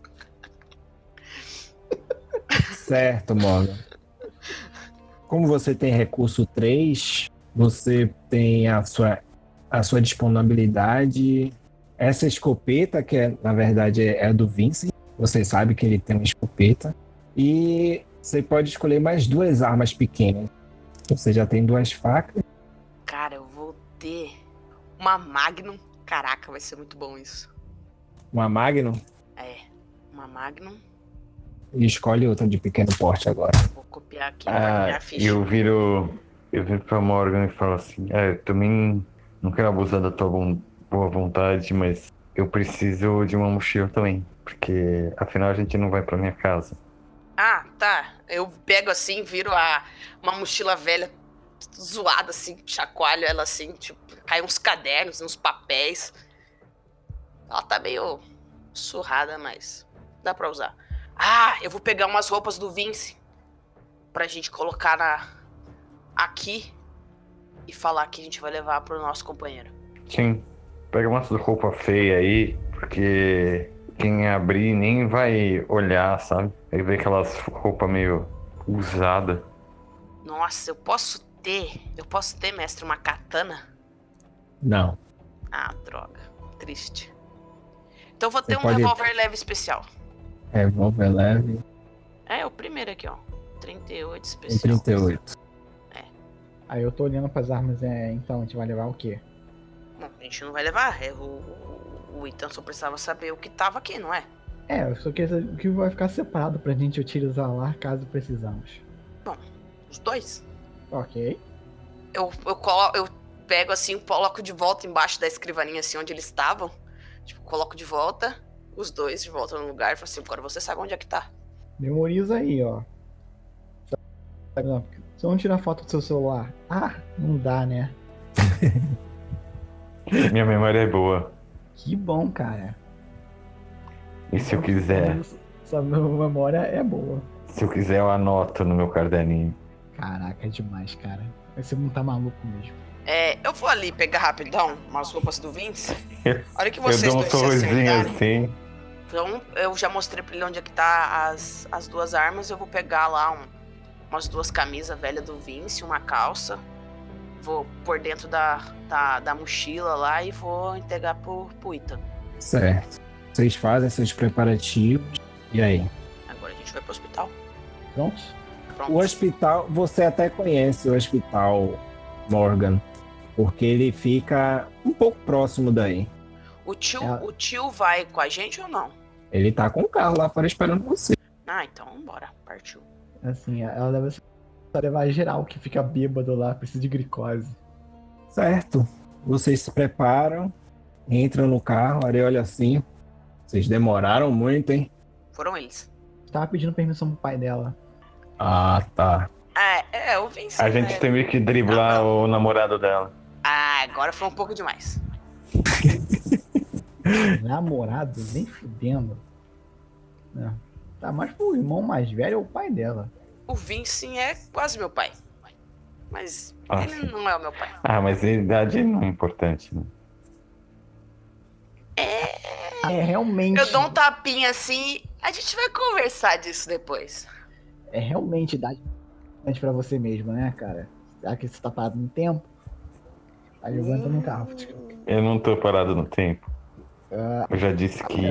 Certo, Morgan. Como você tem recurso 3, você tem a sua disponibilidade. Essa escopeta, que na verdade é do Vincent, você sabe que ele tem uma escopeta. E você pode escolher mais 2 armas pequenas. Você já tem 2 facas. Cara, eu vou ter uma Magnum. Caraca, vai ser muito bom isso. Uma Magnum? Uma Magnum. E escolhe outra de pequeno porte agora. Vou copiar aqui pra minha ficha. Eu viro pra Morgan e falo assim: eu também não quero abusar da tua boa vontade, mas eu preciso de uma mochila também. Porque afinal a gente não vai pra minha casa. Tá. Eu pego assim, viro uma mochila velha, zoada assim, chacoalho ela assim, tipo, cai uns cadernos, uns papéis. Ela tá meio surrada, mas dá pra usar. Eu vou pegar umas roupas do Vince pra gente colocar aqui e falar que a gente vai levar pro nosso companheiro. Sim, pega umas roupa feia aí, porque quem abrir nem vai olhar, sabe? Aí vê aquelas roupas meio usadas. Nossa, eu posso ter, mestre, uma katana? Não. Droga. Triste. Então eu vou ter Você um pode... revólver leve especial. Revólver leve. É o primeiro aqui, ó. 38 especial. 38. Aí eu tô olhando pras armas, então a gente vai levar o quê? Bom, a gente não vai levar. O Ethan só precisava saber o que tava aqui, não é? Eu só queria saber o que vai ficar separado pra gente utilizar lá caso precisamos. Bom, os dois. Ok. Eu pego assim, coloco de volta embaixo da escrivaninha, assim, onde eles estavam. Tipo, coloco de volta, os dois de volta no lugar. E falo assim, agora você sabe onde é que tá. Memoriza aí, ó. Se eu não tirar foto do seu celular. Ah, não dá, né? Minha memória é boa. Que bom, cara. E se eu quiser? Sua memória é boa. Se eu quiser, eu anoto no meu caderninho. Caraca, é demais, cara. Você não tá maluco mesmo. Eu vou ali pegar rapidão umas roupas do Vince. A hora que Eu vocês dou um dois se sorrisinho acertarem, assim. então eu já mostrei pra ele onde é que tá as duas armas. Eu vou pegar lá umas duas camisas velhas do Vince, uma calça. Vou pôr dentro da mochila lá e vou entregar pro Ethan. Certo. Vocês fazem seus preparativos. E aí? Agora a gente vai pro hospital. Pronto? Pronto. O hospital, você até conhece o hospital Morgan, porque ele fica um pouco próximo daí. O tio vai com a gente ou não? Ele tá com o carro lá fora esperando você. Ah, então bora. Partiu. Assim, ela deve levar geral que fica bêbado lá, precisa de glicose. Certo. Vocês se preparam, entram no carro, Ari olha assim. Vocês demoraram muito, hein? Foram eles. Tava pedindo permissão pro pai dela. Ah, tá. Eu vim sim. A gente teve que driblar o namorado dela. Agora foi um pouco demais. Namorado, nem fudendo. Tá mais pro irmão mais velho ou o pai dela. O Vince é quase meu pai. Mas ele não é o meu pai. Mas a idade não é importante, né? Realmente. Eu dou um tapinha assim, a gente vai conversar disso depois. É realmente idade pra você mesmo, né, cara? Já que você tá parado no tempo. Aí eu entro no carro. Eu não tô parado no tempo. Eu já disse que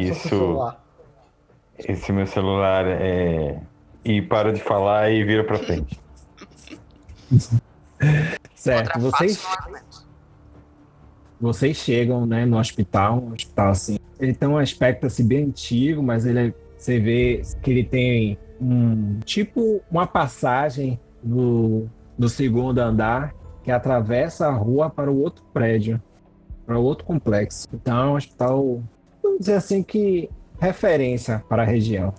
esse meu celular é... E para de falar e vira pra frente. Certo, vocês chegam, né, no hospital, um hospital assim. Ele tem um aspecto assim bem antigo, mas você vê que ele tem uma passagem no segundo andar que atravessa a rua para o outro prédio, para o outro complexo. Então é um hospital, vamos dizer assim, que referência para a região.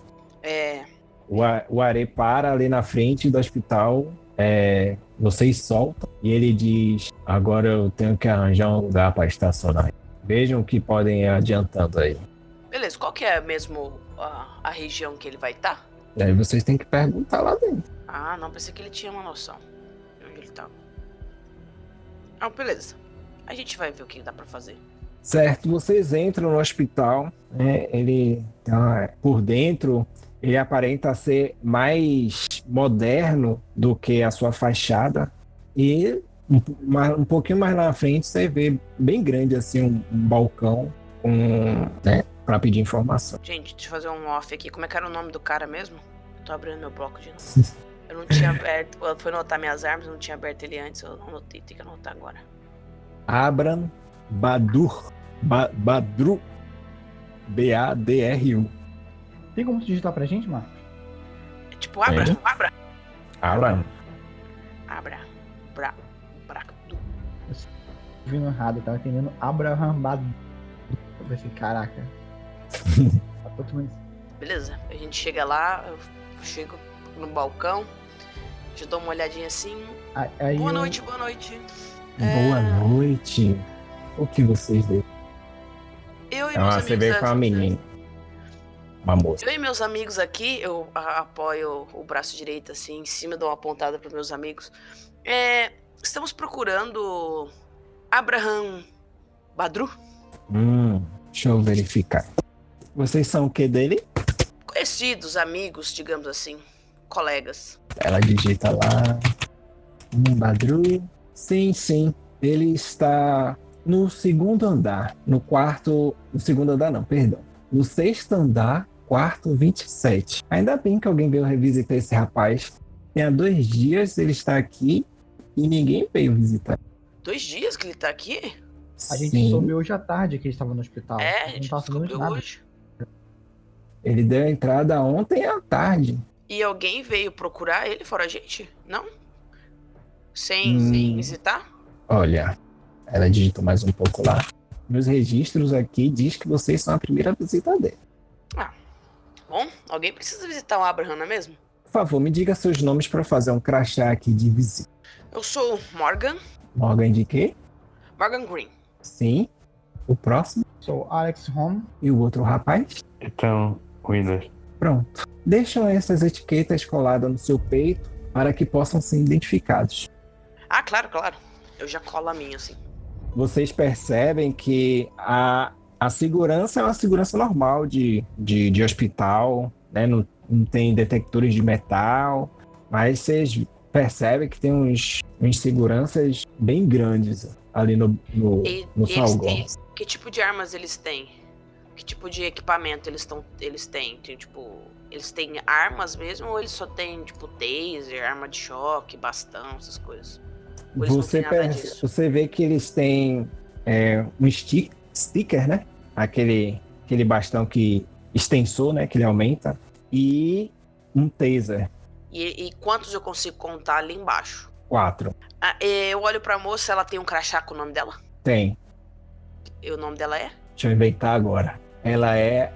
O Are para ali na frente do hospital. Vocês soltam e ele diz: agora eu tenho que arranjar um lugar para estacionar. Vejam o que podem ir adiantando aí. Beleza, qual que é mesmo a região que ele vai estar? Aí vocês têm que perguntar lá dentro. Não, pensei que ele tinha uma noção de onde ele tava. Beleza. A gente vai ver o que dá pra fazer. Certo, vocês entram no hospital, né? Ele por dentro. Ele aparenta ser mais moderno do que a sua fachada. E um pouquinho mais na frente você vê bem grande assim um balcão para pedir informação. Gente, deixa eu fazer um off aqui. Como é que era o nome do cara mesmo? Tô abrindo meu bloco de novo. Eu não tinha aberto. Eu fui anotar minhas armas, eu não tinha aberto ele antes. Eu não anotei, tem que anotar agora. Abram Badru. B-A-D-R-U. Tem como tu digitar pra gente, Marcos? É tipo Abra. Eu vi errado, eu tava entendendo Abraham Badu. Eu pensei, caraca. Beleza, a gente chega lá, eu chego no balcão, já dou uma olhadinha assim. Boa noite. Boa noite. O que vocês veem? Eu e meus amigos. Você veio com a menina. Uma moça. Eu e meus amigos aqui, eu apoio o braço direito assim, em cima, dou uma apontada para meus amigos. Estamos procurando Abraham Badru. Deixa eu verificar. Vocês são o que dele? Conhecidos, amigos, digamos assim, colegas. Ela digita lá. Badru. Sim. Ele está no segundo andar. No segundo andar não, perdão. No sexto andar, quarto 27. Ainda bem que alguém veio revisitar esse rapaz. Tem há 2 dias ele está aqui e ninguém veio visitar. 2 dias que ele está aqui? A gente soube hoje à tarde que ele estava no hospital. A gente descobriu hoje. Ele deu a entrada ontem à tarde. E alguém veio procurar ele fora a gente? Não? Sem visitar? Olha, ela digitou mais um pouco lá. Meus registros aqui diz que vocês são a primeira visita dele. Bom, alguém precisa visitar o Abraham, não é mesmo? Por favor, me diga seus nomes para fazer um crachá aqui de visita. Eu sou Morgan. Morgan de quê? Morgan Green. Sim. O próximo? Sou Alex Home. E o outro rapaz? Então, Willer. Pronto. Deixam essas etiquetas coladas no seu peito para que possam ser identificados. Ah, claro. Eu já colo a minha, assim. Vocês percebem que a segurança é uma segurança normal de hospital, né? Não tem detectores de metal, mas vocês percebem que tem uns seguranças bem grandes ali no salão. Que tipo de armas eles têm? Que tipo de equipamento eles têm? Eles têm armas mesmo ou eles só têm, tipo, taser, arma de choque, bastão, essas coisas? Ou eles não têm nada disso? Você vê que eles têm um sticker, né? Aquele bastão que extensor, né? Que ele aumenta. E um taser. E quantos eu consigo contar ali embaixo? 4. Eu olho pra moça, ela tem um crachá com o nome dela? Tem. E o nome dela é? Deixa eu inventar agora. Ela é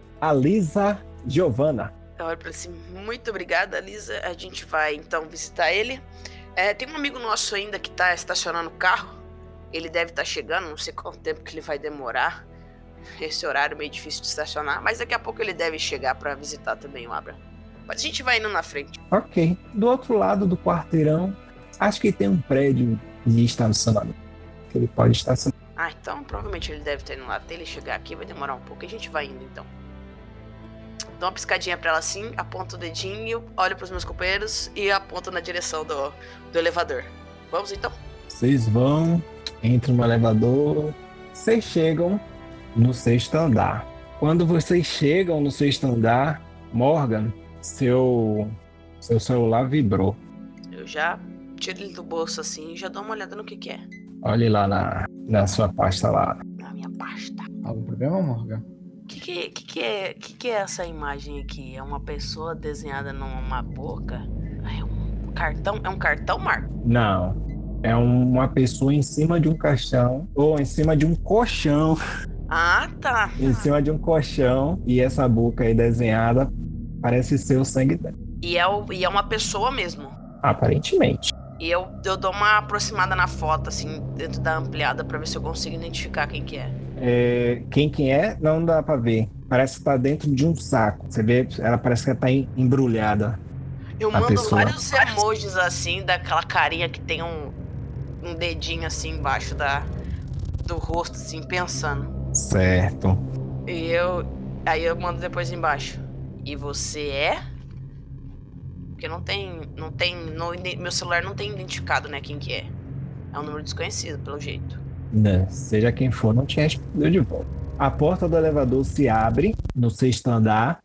Alisa Giovanna. Eu olho pra ela assim, muito obrigada, Alisa. A gente vai então visitar ele. Tem um amigo nosso ainda que tá estacionando o carro. Ele deve estar chegando, não sei quanto tempo que ele vai demorar. Esse horário é meio difícil de estacionar, mas daqui a pouco ele deve chegar pra visitar também o Abraham. Mas a gente vai indo na frente. Ok. Do outro lado do quarteirão, acho que tem um prédio de estacionamento. Que ele pode estacionar. Então provavelmente ele deve ter ido lá. Até ele chegar aqui vai demorar um pouco e a gente vai indo então. Dou uma piscadinha pra ela assim, aponto o dedinho, olho pros meus companheiros e aponto na direção do elevador. Vamos então? Vocês vão, entram no elevador, vocês chegam no 6º andar. Quando vocês chegam no 6º andar, Morgan, seu celular vibrou. Eu já tiro ele do bolso assim e já dou uma olhada no que é. Olhe lá na sua pasta lá. Na minha pasta. Algum problema, Morgan? O que é essa imagem aqui? É uma pessoa desenhada numa boca? É um cartão? É um cartão, Marco? Não. É uma pessoa em cima de um caixão. Ou em cima de um colchão. Ah, tá. Em cima de um colchão. E essa boca aí desenhada parece ser o sangue dela. E é uma pessoa mesmo? Aparentemente. E eu dou uma aproximada na foto, assim, dentro da ampliada, pra ver se eu consigo identificar quem que é. Quem é, não dá pra ver. Parece que tá dentro de um saco. Você vê, ela parece que ela tá embrulhada. Eu mando vários emojis, assim, daquela carinha que tem um dedinho, assim, embaixo do rosto, assim, pensando. Certo. Aí eu mando depois embaixo. E você é? Porque meu celular não tem identificado, né, quem que é. É um número desconhecido, pelo jeito. Não, seja quem for, não tinha respondido de volta. A porta do elevador se abre no 6º andar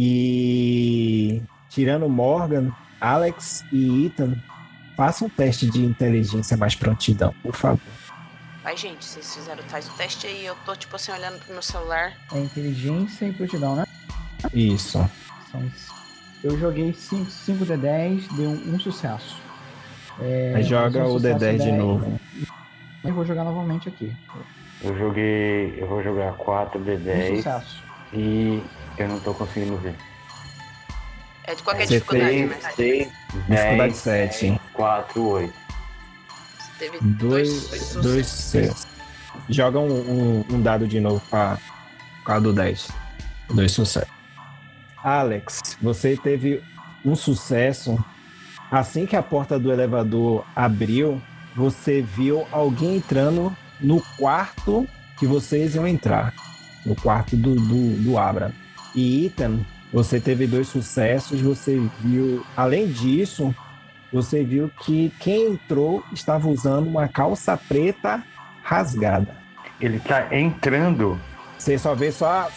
e, tirando Morgan, Alex e Ethan, façam um teste de inteligência mais prontidão, por favor. Vai, gente, vocês faz o teste aí, eu tô, tipo assim, olhando pro meu celular. É inteligência e prontidão, né? Isso. Eu joguei 5 D10, deu um sucesso. Aí joga o D10 de novo. Eu vou jogar novamente aqui. Eu vou jogar 4 D10. Um sucesso. E eu não tô conseguindo ver. É de qualquer dificuldade, né? 6, Dificuldade 7. 4, 8. Você teve 2 sucessos. Joga um dado de novo para cada do 10. 2 sucessos. Alex, você teve um sucesso. Assim que a porta do elevador abriu, você viu alguém entrando no quarto que vocês iam entrar. No quarto do Abraham. E Ethan, você teve 2 sucessos. Você viu, além disso, você viu que quem entrou estava usando uma calça preta rasgada. Ele tá entrando? Você só vê só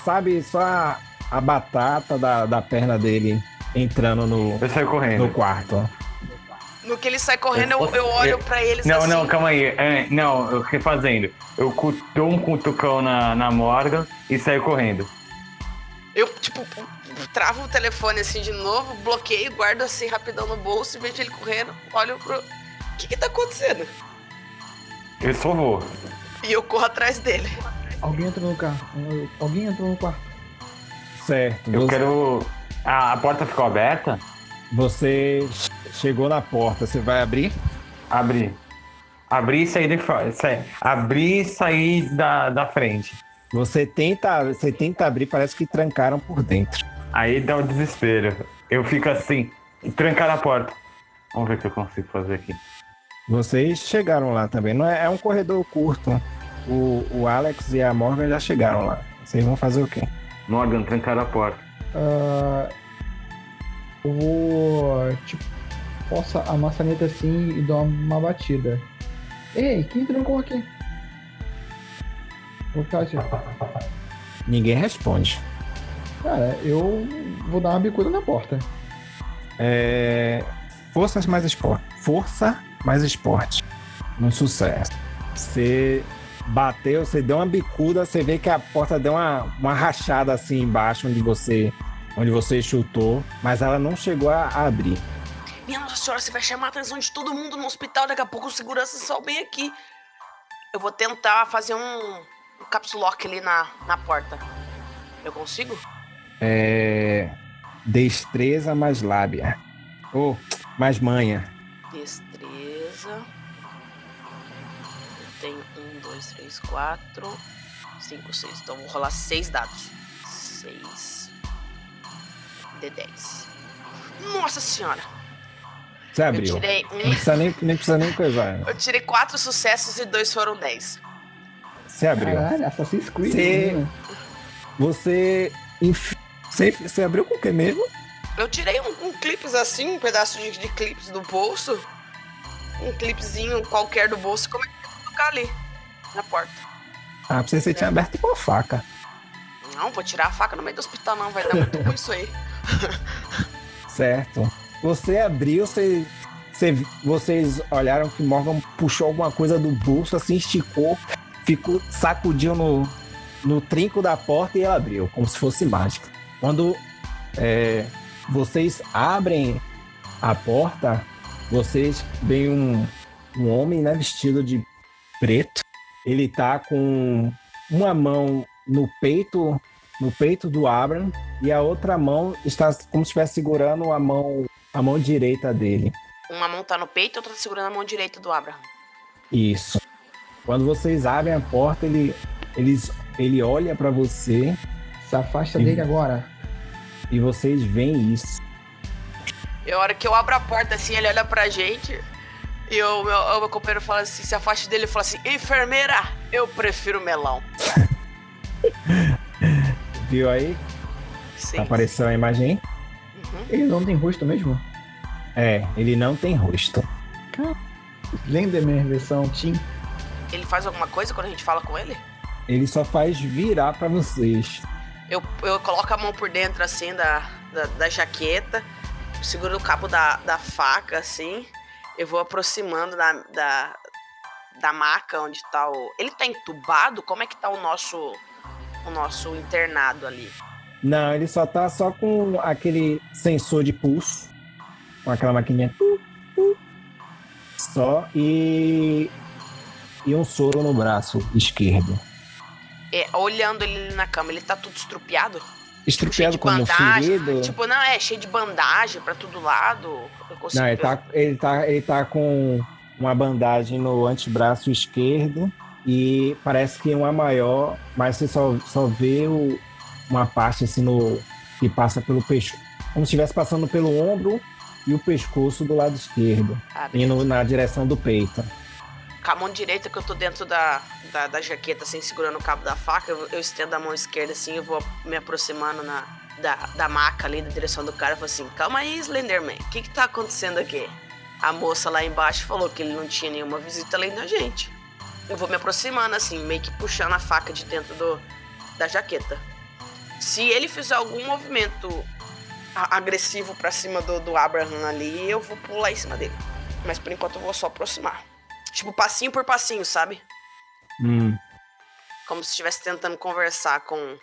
a batata da perna dele entrando Eu saio correndo. no quarto. No que ele sai correndo, eu olho pra eles assim. Não, calma aí. Eu refazendo. Eu dou um cutucão na Morgan e saio correndo. Eu, tipo, travo o telefone assim de novo, bloqueio, guardo assim rapidão no bolso e vejo ele correndo. Olho pro... O que tá acontecendo? Eu só vou. E eu corro atrás dele. Alguém entrou no carro. Alguém entrou no quarto. Certo. Eu quero... A porta ficou aberta? Você chegou na porta, você vai abrir? Abrir e sair de fora. Abrir e sair da frente. Você tenta abrir, parece que trancaram por dentro. Aí dá um desespero. Eu fico assim, trancar a porta. Vamos ver o que eu consigo fazer aqui. Vocês chegaram lá também. Não é um corredor curto. O Alex e a Morgan já chegaram lá. Vocês vão fazer o quê? Morgan, trancar a porta. Eu vou, tipo, posso a maçaneta assim e dou uma batida. Ei, quem trancou aqui? Vou ficar assim. Ninguém responde. Cara, eu vou dar uma bicuda na porta. Força mais esporte. Um sucesso. Você bateu, você deu uma bicuda, você vê que a porta deu uma rachada assim embaixo onde você chutou, mas ela não chegou a abrir. Minha Nossa Senhora, você vai chamar a atenção de todo mundo no hospital, daqui a pouco os seguranças só bem aqui. Eu vou tentar fazer um caps lock ali na porta. Eu consigo? Destreza mais lábia. Ou mais manha. Destreza. Eu tenho 1, 2, 3, 4, 5, 6. Então vou rolar 6 dados. 6 D10. Nossa Senhora! Você abriu. Eu tirei Nem precisa nem coisar. Eu tirei 4 sucessos e 2 foram 10. Você abriu. Caralho, Assassin's Creed. Você abriu com o que mesmo? Eu tirei um clipes assim, um pedaço de clipes do bolso. Um clipezinho qualquer do bolso. Como é que eu vou colocar ali? Na porta. Ah, você tinha aberto com a faca. Não, vou tirar a faca no meio do hospital não. Vai dar muito ruim isso aí. Certo. Você abriu, vocês olharam que Morgan puxou alguma coisa do bolso, assim, esticou, sacudiu no trinco da porta e ela abriu, como se fosse mágica. Quando vocês abrem a porta, vocês veem um homem, né, vestido de preto. Ele tá com uma mão no peito do Abraham e a outra mão está como se estivesse segurando a mão direita dele. Uma mão tá no peito e outra tá segurando a mão direita do Abraham. Isso. Quando vocês abrem a porta, ele olha pra você. Se afasta dele agora. E vocês veem isso. E a hora que eu abro a porta assim, ele olha pra gente. E o meu companheiro fala assim, se afaste dele e fala assim, enfermeira, eu prefiro melão. Viu aí? Sim. Apareceu a imagem? Uhum. Ele não tem rosto mesmo? Ele não tem rosto. Slenderman versão Team. Ele faz alguma coisa quando a gente fala com ele? Ele só faz virar pra vocês. Eu coloco a mão por dentro assim da jaqueta, seguro o cabo da faca assim, eu vou aproximando da maca onde tá o... Ele tá entubado? Como é que tá o nosso internado ali? Não, ele só tá com aquele sensor de pulso, com aquela maquininha só, e um soro no braço esquerdo. Olhando ele na cama, ele tá tudo estrupiado? Estrupiado tipo, como ferido? Tipo, não, cheio de bandagem pra todo lado. Não, ele tá com uma bandagem no antebraço esquerdo e parece que uma maior, mas você só vê uma parte assim que passa pelo pescoço, como se estivesse passando pelo ombro e o pescoço do lado esquerdo, indo na direção do peito. Com a mão direita que eu tô dentro da jaqueta, assim, segurando o cabo da faca, eu estendo a mão esquerda, assim, eu vou me aproximando da maca ali, da direção do cara, e falo assim, calma aí, Slenderman, o que tá acontecendo aqui? A moça lá embaixo falou que ele não tinha nenhuma visita além da gente. Eu vou me aproximando, assim, meio que puxando a faca de dentro da jaqueta. Se ele fizer algum movimento agressivo pra cima do Abraham ali, eu vou pular em cima dele. Mas por enquanto eu vou só aproximar. Tipo, passinho por passinho, sabe? Como se estivesse tentando conversar com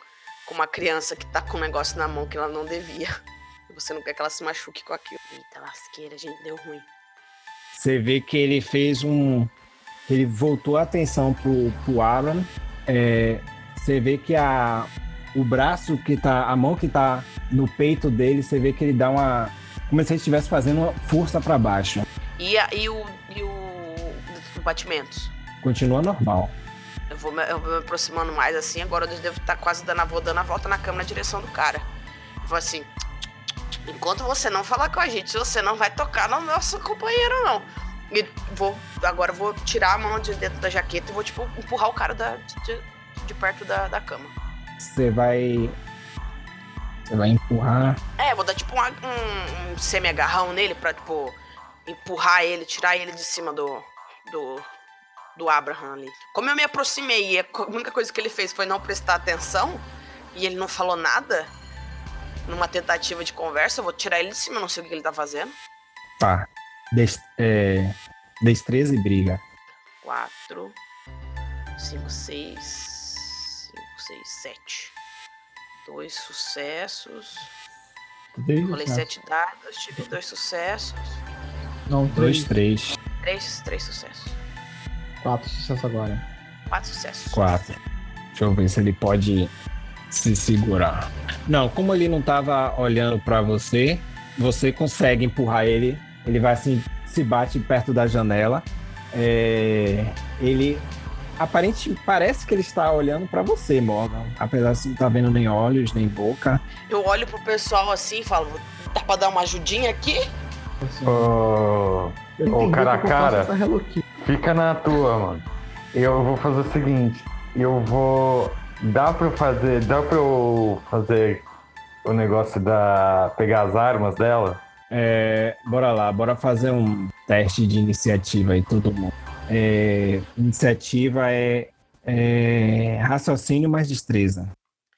com uma criança que tá com um negócio na mão que ela não devia. E você não quer que ela se machuque com aquilo. Eita lasqueira, gente, deu ruim. Você vê que ele fez ele voltou a atenção pro Aaron. Você vê que o braço que tá, a mão que tá no peito dele, você vê que ele dá como se ele estivesse fazendo uma força para baixo. E o batimentos? Continua normal. Eu vou me aproximando mais assim, agora eu devo estar quase dando a volta na cama na direção do cara. Eu vou assim, enquanto você não falar com a gente, você não vai tocar no nosso companheiro, não. E agora eu vou tirar a mão de dentro da jaqueta e vou, tipo, empurrar o cara de perto da cama. Você vai empurrar. Vou dar tipo um semi-agarrão nele pra, tipo, empurrar ele, tirar ele de cima do Abraham ali. Como eu me aproximei e a única coisa que ele fez foi não prestar atenção e ele não falou nada, numa tentativa de conversa, eu vou tirar ele de cima, eu não sei o que ele tá fazendo. Tá. Destreza e briga. 4, 5, 6, 7. 2 sucessos. Rolei 7 dados, tive 2 sucessos. Não, 2, 3. 3 sucessos. 4 sucessos agora. 4 sucessos. 4. Deixa eu ver se ele pode se segurar. Não, como ele não tava olhando pra você, você consegue empurrar ele. Ele vai assim, se bate perto da janela. Ele parece que ele está olhando pra você, Morgan. Apesar de você não estar vendo nem olhos, nem boca. Eu olho pro pessoal assim e falo, dá pra dar uma ajudinha aqui? Ô, cara, fica na tua, mano. Eu vou fazer o seguinte, dá pra eu fazer o negócio pegar as armas dela? Bora lá, bora fazer um teste de iniciativa aí, todo mundo. Iniciativa é raciocínio mais destreza.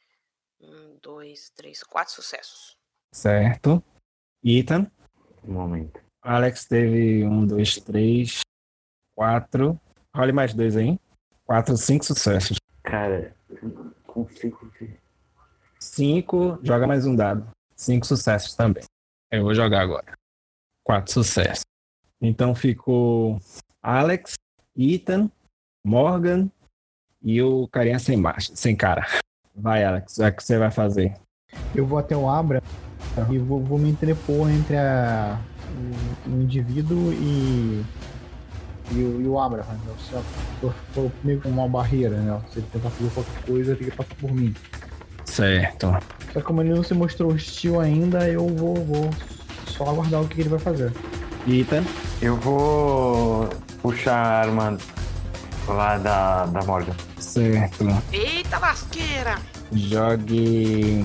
1, 2, 3, 4 sucessos. Certo. Ethan? Um momento. Alex teve 1, 2, 3, 4. Role mais 2 aí. 4, 5 sucessos. Cara, consigo ver. 5, joga mais um dado. 5 sucessos também. Eu vou jogar agora. 4 sucessos. Então ficou Alex, Ethan, Morgan e o carinha sem cara. Vai, Alex, o que você vai fazer? Eu vou até o Abra e vou me interpor entre o indivíduo e o Abraham. Né? Se for meio como uma barreira, né? Se ele tentar fazer qualquer coisa, ele passa por mim. Certo. Só que como ele não se mostrou hostil ainda, eu vou só aguardar o que ele vai fazer. Ethan? Eu vou puxar a arma lá da Morgan. Certo. Eita lasqueira! Jogue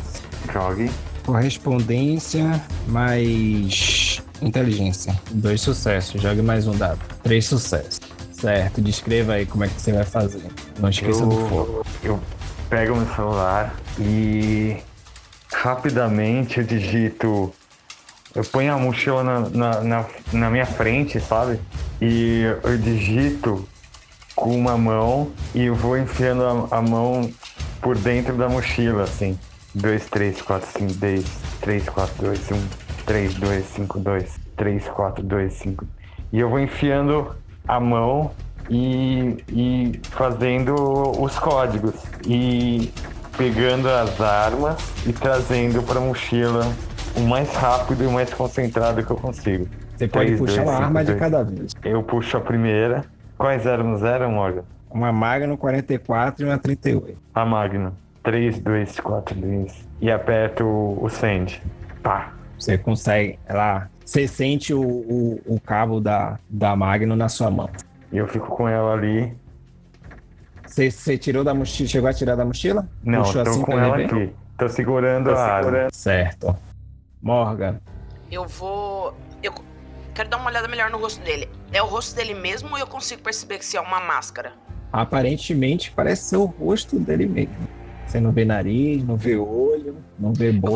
correspondência mais inteligência. 2 sucessos. Jogue mais um dado. 3 sucessos. Certo. Descreva aí como é que você vai fazer. Não esqueça do fogo. Eu pego meu celular e rapidamente eu digito. Eu ponho a mochila na minha frente, sabe? E eu digito com uma mão e eu vou enfiando a mão por dentro da mochila, assim. 2, 3, 4, 5, 10, 3, 4, 2, 1, 3, 2, 5, 2, 3, 4, 2, 5. E eu vou enfiando a mão e fazendo os códigos. E pegando as armas e trazendo para a mochila o mais rápido e o mais concentrado que eu consigo. Você pode 3, puxar 2, uma 5, arma 2. de cada vez. Eu puxo a primeira. Quais armas eram, Morgan? Uma Magnum 44 e uma 38. A Magnum. 3, 2, 4, 2. E aperto o send. Pá. Você consegue, você sente o cabo da Magnum na sua mão. E eu fico com ela ali. Você tirou da mochila, chegou a tirar da mochila? Não, puxou tô assim com ela aqui. Tô segurando a arma. Certo. Morgan. Eu quero dar uma olhada melhor no rosto dele. É o rosto dele mesmo ou eu consigo perceber que se é uma máscara? Aparentemente parece ser o rosto dele mesmo. Você não vê nariz, não vê olho, não vê boca. Eu vou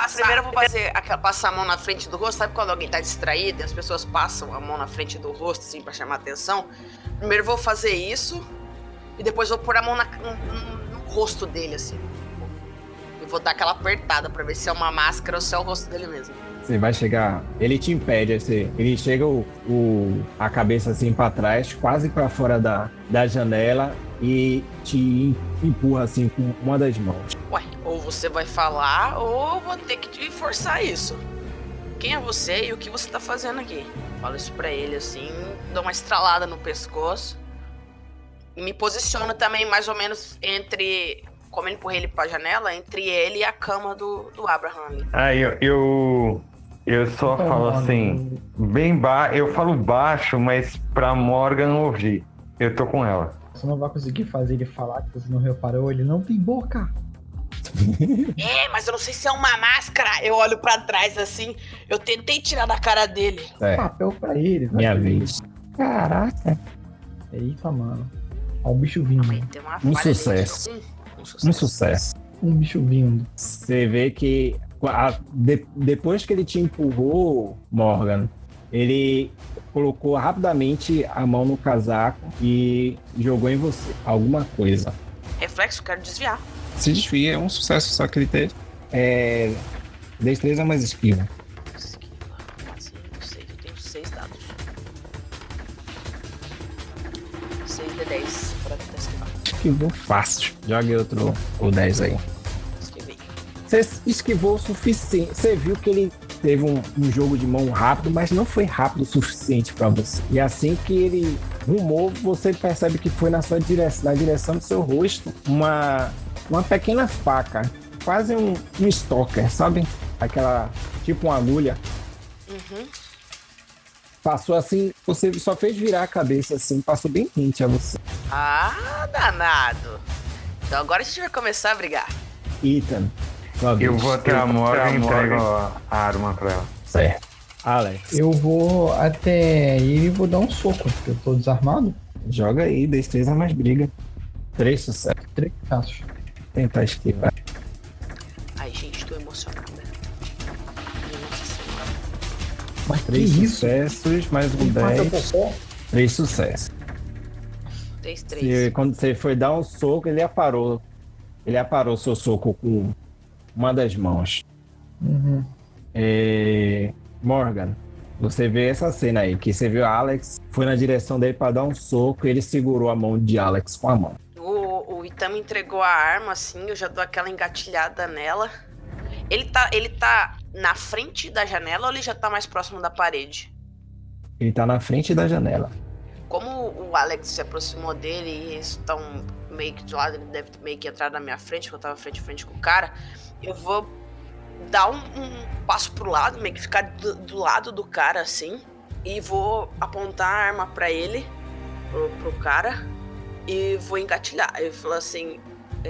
passar a mão na frente do rosto. Sabe quando alguém tá distraído e as pessoas passam a mão na frente do rosto, assim, pra chamar atenção? Primeiro eu vou fazer isso e depois vou pôr a mão no rosto dele, assim. vou dar aquela apertada pra ver se é uma máscara ou se é o rosto dele mesmo. Você vai chegar, ele te impede, assim, ele chega a cabeça assim pra trás, quase pra fora da janela e te empurra assim com uma das mãos. Ué, ou você vai falar ou eu vou ter que te forçar isso. Quem é você e o que você tá fazendo aqui? Falo isso pra ele assim, dou uma estralada no pescoço e me posiciono também mais ou menos entre, como eu empurrei ele pra janela, entre ele e a cama do Abraham ali. Aí eu só falo assim, eu falo baixo, mas pra Morgan ouvir. Eu tô com ela. Você não vai conseguir fazer ele falar que você não reparou, ele não tem boca. Mas eu não sei se é uma máscara. Eu olho pra trás assim, eu tentei tirar da cara dele. Papel pra ele. Minha vez. Caraca. Eita, mano. Ó o bicho vindo. Tem uma Um falha sucesso. ali. Um sucesso. Um bicho vindo. Você vê que depois que ele te empurrou, Morgan, ele colocou rapidamente a mão no casaco e jogou em você alguma coisa. Reflexo, quero desviar. Se desvia, é um sucesso só que ele teve. Destreza mais esquiva. Esquiva. Assim, não sei, eu tenho 6 dados. 6 de 10 pra tentar esquivar. Esquivou fácil. Jogue outro o 10 aí. Esquivei. Você esquivou o suficiente. Você viu que ele teve um jogo de mão rápido, mas não foi rápido o suficiente pra você. E assim que ele rumou, você percebe que foi na direção do seu rosto uma pequena faca, quase um stalker, sabe? Aquela, tipo uma agulha. Uhum. Passou assim, você só fez virar a cabeça assim, passou bem quente a você. Ah, danado. Então agora a gente vai começar a brigar. Ethan, sua vez. Eu vou até a Morgan e entrego a arma pra ela. Certo. Alex, Eu vou até ele e vou dar um soco, porque eu tô desarmado. joga aí, destreza mais briga. 3 sucessos. 3 passos. Tentar esquivar. Ai, gente, tô emocionada. Nossa senhora. Mas que 3 isso? sucessos, mais um Empata 10. popó? 3 sucessos. 3. Quando você foi dar um soco, ele aparou. Ele aparou seu soco com uma das mãos. Uhum. Morgan, você vê essa cena aí, que você viu a Alex, foi na direção dele pra dar um soco e ele segurou a mão de Alex com a mão. O Itam entregou a arma, assim, eu já dou aquela engatilhada nela. Ele tá na frente da janela ou ele já tá mais próximo da parede? Ele tá na frente da janela. Como o Alex se aproximou dele e eles estão meio que do lado, ele deve meio que entrar na minha frente, porque eu tava frente a frente com o cara, eu vou dar um passo pro lado, meio que ficar do lado do cara, assim, e vou apontar a arma pra ele, pro cara, e vou engatilhar. Eu falo assim,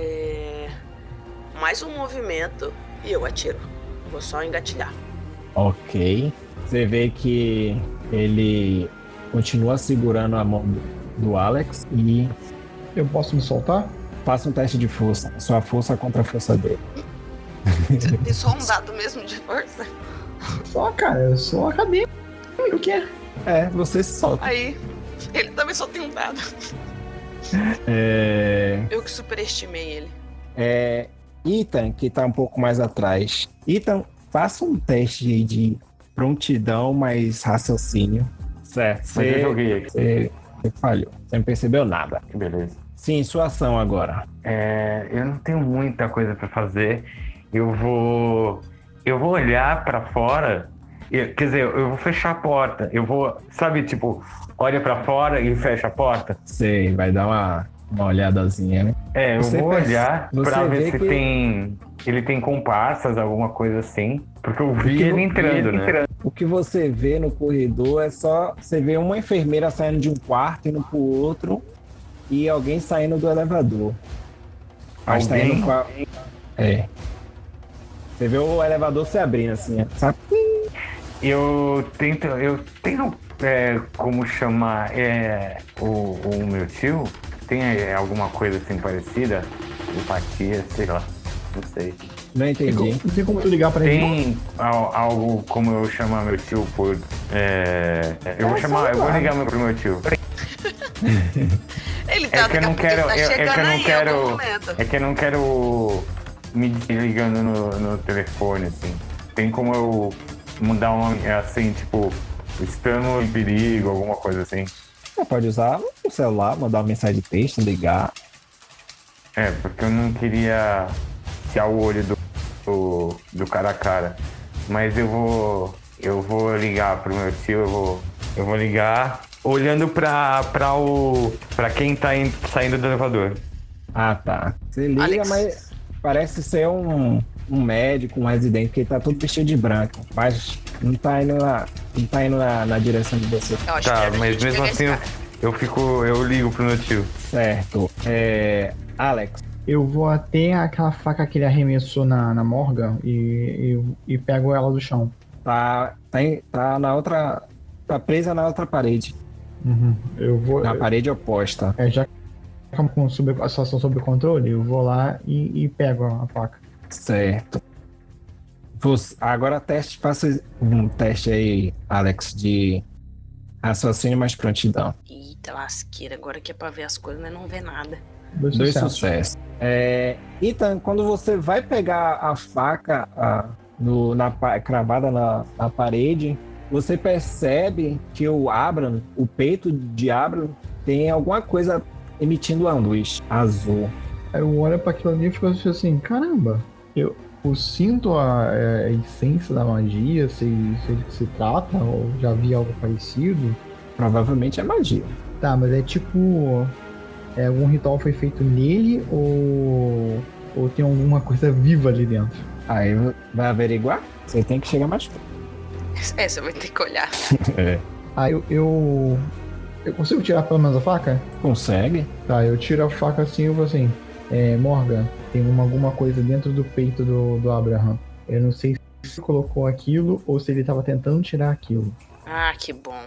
mais um movimento e eu atiro. Vou só engatilhar. Ok. Você vê que ele continua segurando a mão do Alex e Eu posso me soltar? faça um teste de força. Sua força contra a força dele. Tem só um dado mesmo de força. Só, cara, eu sou acadêmico. O que é? Você se solta. Aí, ele também só tem um dado. Eu que superestimei ele. Ethan, que tá um pouco mais atrás. Ethan, faça um teste aí de prontidão mais raciocínio. Certo. Mas eu joguei aqui. Você falhou. Você não percebeu nada. Que beleza. Sim, sua ação agora. Eu não tenho muita coisa pra fazer. Eu vou olhar pra fora. Quer dizer, eu vou fechar a porta. Eu vou, sabe, tipo, olha pra fora e fecha a porta. Você vai dar uma olhadazinha, né? Eu vou olhar pra ver se que ele tem comparsas, alguma coisa assim. Porque eu vi ele entrando, né? O que você vê no corredor é só... Você vê uma enfermeira saindo de um quarto, indo pro outro, e alguém saindo do elevador. Mas tá Alguém? indo pra... Você vê o elevador se abrindo, assim, sabe? Eu tenho como chamar o meu tio? Tem alguma coisa assim parecida? Empatia, sei lá. Não sei. Não entendi. Não tem como tu ligar pra ele? Tem algo como eu chamar meu tio por... eu vou ligar pro meu tio. Ele tá É que eu não quero... tá chegando aí em algum momento. É que eu não quero me desligando no telefone, assim. Tem como eu mudar assim, tipo, estando em perigo, alguma coisa assim? Você pode usar o celular, mandar uma mensagem de texto, ligar. Porque eu não queria tirar o olho do cara a cara. Mas eu vou ligar pro meu tio, eu vou ligar olhando pra quem tá saindo do elevador. Ah, tá. Você liga, Alex. mas parece ser um médico, um residente, que ele tá todo vestido de branco. Mas não tá indo na direção de você. Eu acho Tá, que mas gente mesmo pega esse assim cara. eu ligo pro meu tio. Certo. Alex, Eu vou até aquela faca que ele arremessou na Morgan e pego ela do chão. tá na outra... Tá presa na outra parede. Eu vou... Na parede oposta. Já que a situação sob controle, eu vou lá e pego a faca. Certo. Agora faça um teste aí, Alex, de raciocínio mais prontidão. Eita lasqueira, agora que é pra ver as coisas, mas não vê nada. Dois Dois sucessos. sucessos. Ethan, quando você vai pegar a faca cravada na parede, você percebe que o peito de Abram tem alguma coisa emitindo uma luz azul. Aí eu olho pra aquilo ali e fico assim, caramba, eu sinto a essência da magia, sei do que se trata, ou já vi algo parecido. Provavelmente é magia. Tá, mas é tipo... algum ritual foi feito nele ou tem alguma coisa viva ali dentro? Aí vai averiguar? Você tem que chegar mais perto. Você vai ter que olhar. Aí eu consigo tirar pelo menos a faca? Consegue? Tá, eu tiro a faca assim e eu vou assim, Morgan, tem alguma coisa dentro do peito do Abraham. Eu não sei se ele colocou aquilo ou se ele tava tentando tirar aquilo. Ah, que bom.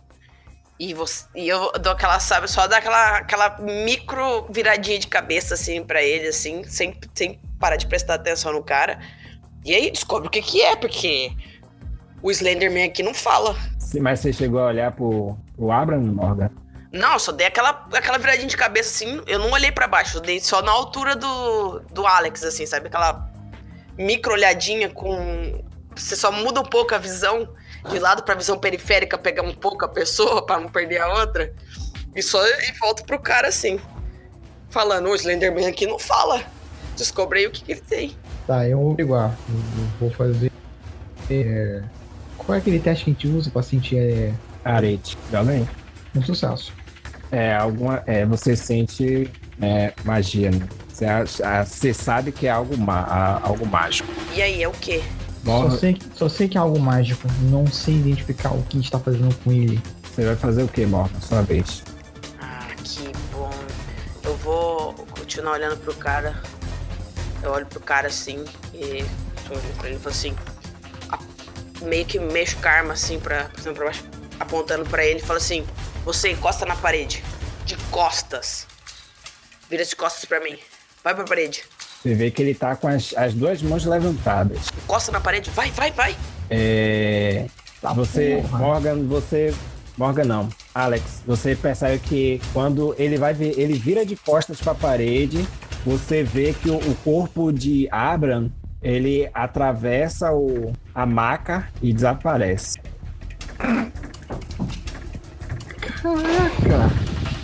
E eu dou aquela, sabe, só dar aquela micro viradinha de cabeça, assim, pra ele, assim, sem parar de prestar atenção no cara. E aí descobre o que é, porque o Slenderman aqui não fala. Mas você chegou a olhar pro Abraham, Morgan? Não, eu só dei aquela viradinha de cabeça, assim, eu não olhei pra baixo, eu dei só na altura do Alex, assim, sabe? Aquela micro olhadinha com... Você só muda um pouco a visão de lado pra visão periférica, pegar um pouco a pessoa pra não perder a outra. E volto pro cara assim, falando, o Slenderman aqui não fala. Descobre aí o que ele tem. Tá, eu vou averiguar. Eu vou fazer... qual é aquele teste que a gente usa pra sentir Arete. Também. um sucesso? Você sente magia, né? Você sabe que é algo mágico. E aí, é o quê? Só sei que é algo mágico. Não sei identificar o que a gente tá fazendo com ele. Você vai fazer o que, Morgan? Sua vez. Ah, que bom. Eu vou continuar olhando pro cara. Eu olho pro cara assim e tô olhando pra ele e falo assim, meio que mexo com a arma assim pra baixo, apontando pra ele e falo assim, você encosta na parede, de costas. Vira de costas pra mim. Vai pra parede. Você vê que ele tá com as duas mãos levantadas. Encosta na parede, vai. Tá, Morgan não. Alex, você percebe que quando ele vira de costas pra parede, você vê que o corpo de Abraham, ele atravessa a maca e desaparece. Caraca!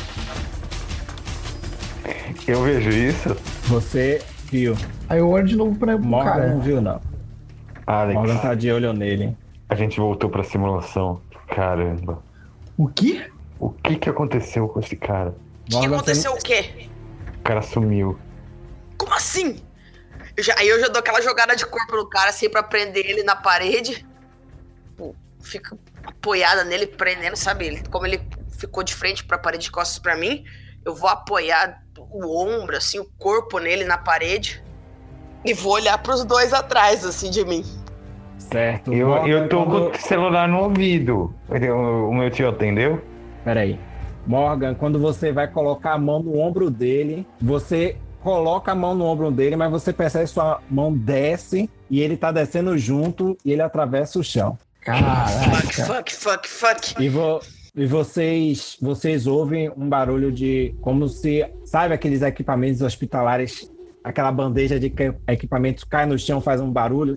Eu vejo isso. Você viu. Aí eu olho de novo pro Morgan cara. não viu, não. Alex, Morgan tá de olho nele. a gente voltou pra simulação. Caramba. O quê? O que aconteceu com esse cara? O que aconteceu o quê? O cara sumiu. Como assim? Aí eu já dou aquela jogada de corpo no cara, assim, pra prender ele na parede. Fico apoiada nele, prendendo, sabe? Como ele ficou de frente pra parede de costas pra mim, eu vou apoiar o ombro, assim, o corpo nele na parede. E vou olhar pros dois atrás, assim, de mim. Certo. Eu tô com o celular no ouvido. O meu tio atendeu? Peraí. Morgan, quando você vai colocar a mão no ombro dele, você coloca a mão no ombro dele, mas você percebe que sua mão desce e ele tá descendo junto e ele atravessa o chão. Caraca. Fuck. E vocês ouvem um barulho de... Como se... Sabe aqueles equipamentos hospitalares aquela bandeja de equipamentos cai no chão, faz um barulho.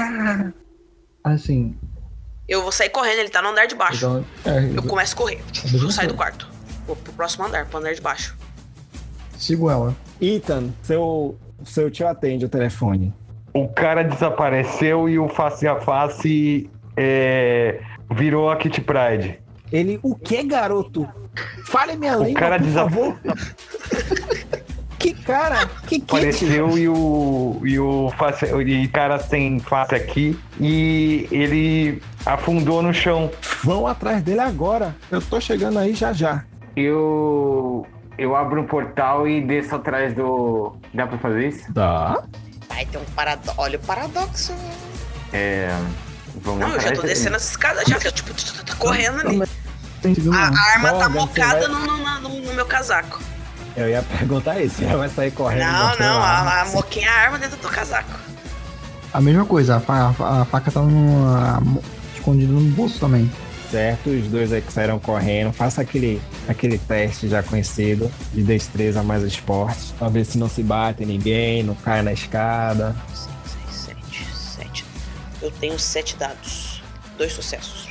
Assim, Eu vou sair correndo, ele tá no andar de baixo. então, Eu começo a correr. mesma Eu saio do coisa. quarto. Vou pro próximo andar, pro andar de baixo. sigo ela. Ethan, seu tio atende o telefone. O cara desapareceu e o face a face virou a Kitty Pryde. Ele, o que, garoto? Fale minha língua, cara por favor. Que cara? Que Kitty? Apareceu e o cara sem face aqui e ele afundou no chão. Vão atrás dele agora. Eu tô chegando aí já já. Eu abro um portal e desço atrás do... Dá pra fazer isso? Tá. Ai, tem um paradoxo. Olha o paradoxo. Vamos Não, eu já atrás tô dele. descendo as escadas já. Tipo, tá correndo ali. Seguindo ela. A arma tá Morgan, você mocada vai- no meu casaco. Eu ia perguntar isso. Ela vai sair correndo. Não, botando não. arma. A moquinha a arma dentro do casaco. A mesma coisa, a faca tá escondida no bolso também. Certo, os dois aí que saíram correndo. Faça aquele teste já conhecido de destreza mais esporte. Pra ver se não se bate em ninguém, não cai na escada. 6, 7. Eu tenho 7 dados. 2 sucessos.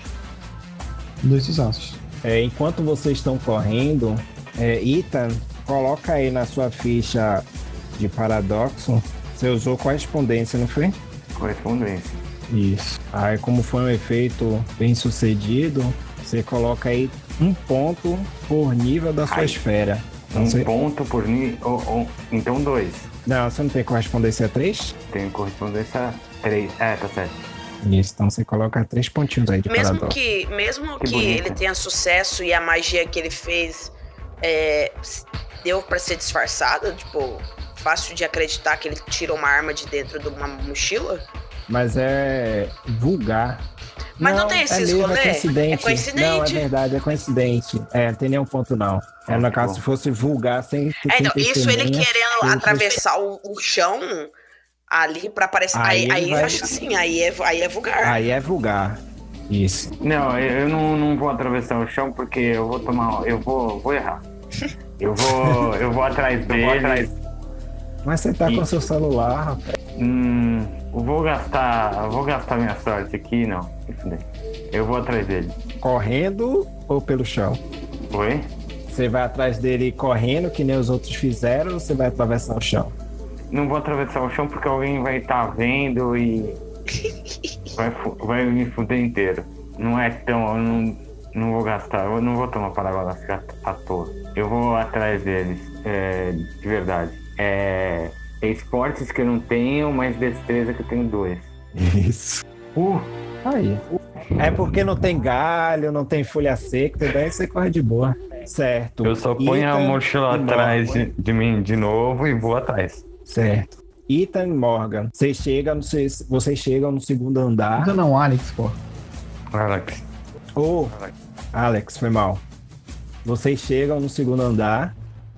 2 sucessos. Enquanto vocês estão correndo, Ethan, coloca aí na sua ficha de paradoxo. Você usou correspondência, não foi? Correspondência. Isso. Aí, como foi um efeito bem sucedido, você coloca aí 1 ponto por nível da sua Ai. esfera. Então, Um ponto por nível. Então 2. Não, você não tem correspondência 3? Tem correspondência 3. Tá certo. Isso, então você coloca 3 pontinhos aí de Mesmo paradoxo. que bonito. ele tenha sucesso e a magia que ele fez deu pra ser disfarçada, tipo, fácil de acreditar que ele tirou uma arma de dentro de uma mochila. Mas é vulgar. Mas não tem esses mesmo, rolê? É coincidente. É coincidente? Não, é verdade, é coincidente. Não tem nenhum ponto, não. No caso, se fosse vulgar, sem Então, isso ele testemunha, querendo ele atravessar o chão ali pra aparecer. Aí ele Aí eu vai- acho assim, aí é vulgar. Aí é vulgar. Isso. Não, eu não vou atravessar o chão porque eu vou tomar. Eu vou errar. Eu vou atrás dele. Mas você tá com seu celular, rapaz. Eu vou gastar minha sorte aqui, não. Eu vou atrás dele. Correndo ou pelo chão? Oi? Você vai atrás dele correndo, que nem os outros fizeram, ou você vai atravessar o chão? Não vou atravessar o chão porque alguém vai estar vendo e vai me fuder inteiro. Não é tão... Eu não vou gastar, eu não vou tomar paradoxo à toa. Eu vou atrás deles, de verdade. Esportes que eu não tenho, mas destreza que eu tenho 2. Isso. Aí. É porque não tem galho, não tem folha seca, daí você corre de boa. Certo. Eu só ponho a Ethan mochila e atrás Morgan. de mim de novo e vou atrás. Certo. Ethan e Morgan, vocês chegam no segundo andar. Então não, Alex, pô. Alex. Alex, foi mal. Vocês chegam no segundo andar.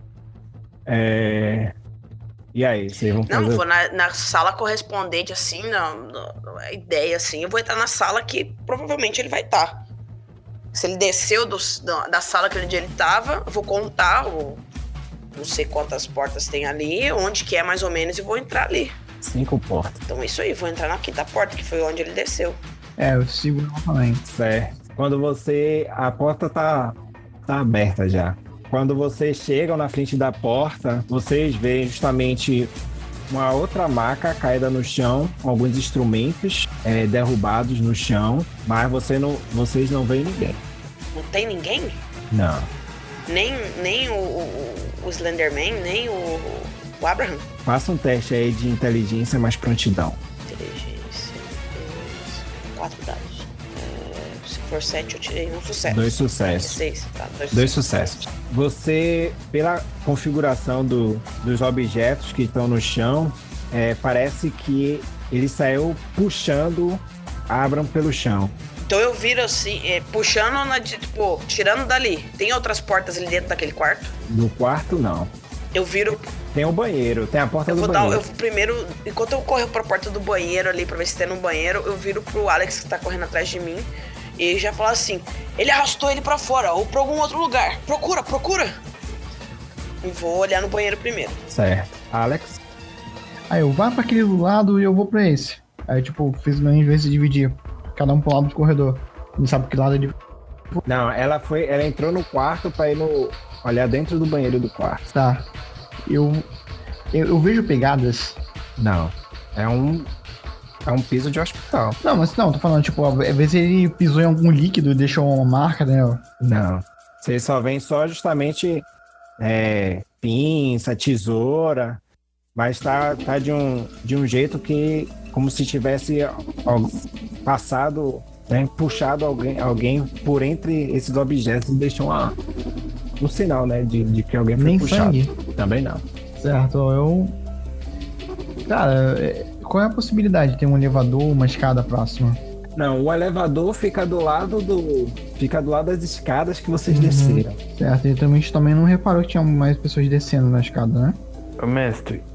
E aí, vocês vão fazer... Não, vou na sala correspondente, assim, a ideia, assim, eu vou entrar na sala que provavelmente ele vai estar. Se ele desceu da sala que ele tava, eu vou contar, não sei quantas portas tem ali, onde que é mais ou menos, e vou entrar ali. 5 portas. Então é isso aí, vou entrar na quinta porta, que foi onde ele desceu. Eu sigo ela também. Certo. Quando a porta tá aberta já. Quando vocês chegam na frente da porta, vocês veem justamente uma outra maca caída no chão, com alguns instrumentos derrubados no chão, mas vocês não veem ninguém. Não tem ninguém? Não. Nem o Slenderman, nem o Abraham? Faça um teste aí de inteligência mais prontidão. Inteligência, 4 dados. Se for 7, eu tirei um sucesso. 2 sucessos. 6, tá. 2 sucessos. Você, pela configuração dos objetos que estão no chão, parece que ele saiu puxando Abraham pelo chão. Então eu viro assim, puxando, tirando dali. Tem outras portas ali dentro daquele quarto? No quarto, não. Eu viro... Tem o banheiro, tem a porta do banheiro. Primeiro, enquanto eu corro pra porta do banheiro ali, pra ver se tem no banheiro, eu viro pro Alex que tá correndo atrás de mim. E já falo assim, ele arrastou ele pra fora, ou pra algum outro lugar. Procura! E vou olhar no banheiro primeiro. Certo. Alex? Aí eu vá pra aquele lado e eu vou pra esse. Aí, tipo, fiz uma vez se dividir. Cada um pro lado do corredor. Não sabe que lado ele... Não, ela entrou no quarto pra ir olhar dentro do banheiro do quarto. Tá. Eu vejo pegadas. Não. É um piso de hospital. Não, mas não, tô falando, tipo, às vezes ele pisou em algum líquido e deixou uma marca, né? Não. Você só vem só justamente pinça, tesoura, mas tá de um jeito que, como se tivesse passado, né, puxado alguém por entre esses objetos e deixou um sinal, né, de que alguém foi Nem puxado. sangue. Também não. Certo, Cara, qual é a possibilidade de ter um elevador ou uma escada próxima? Não, o elevador fica do lado das escadas que vocês desceram. Certo, e também não reparou que tinha mais pessoas descendo na escada, né? Mestre,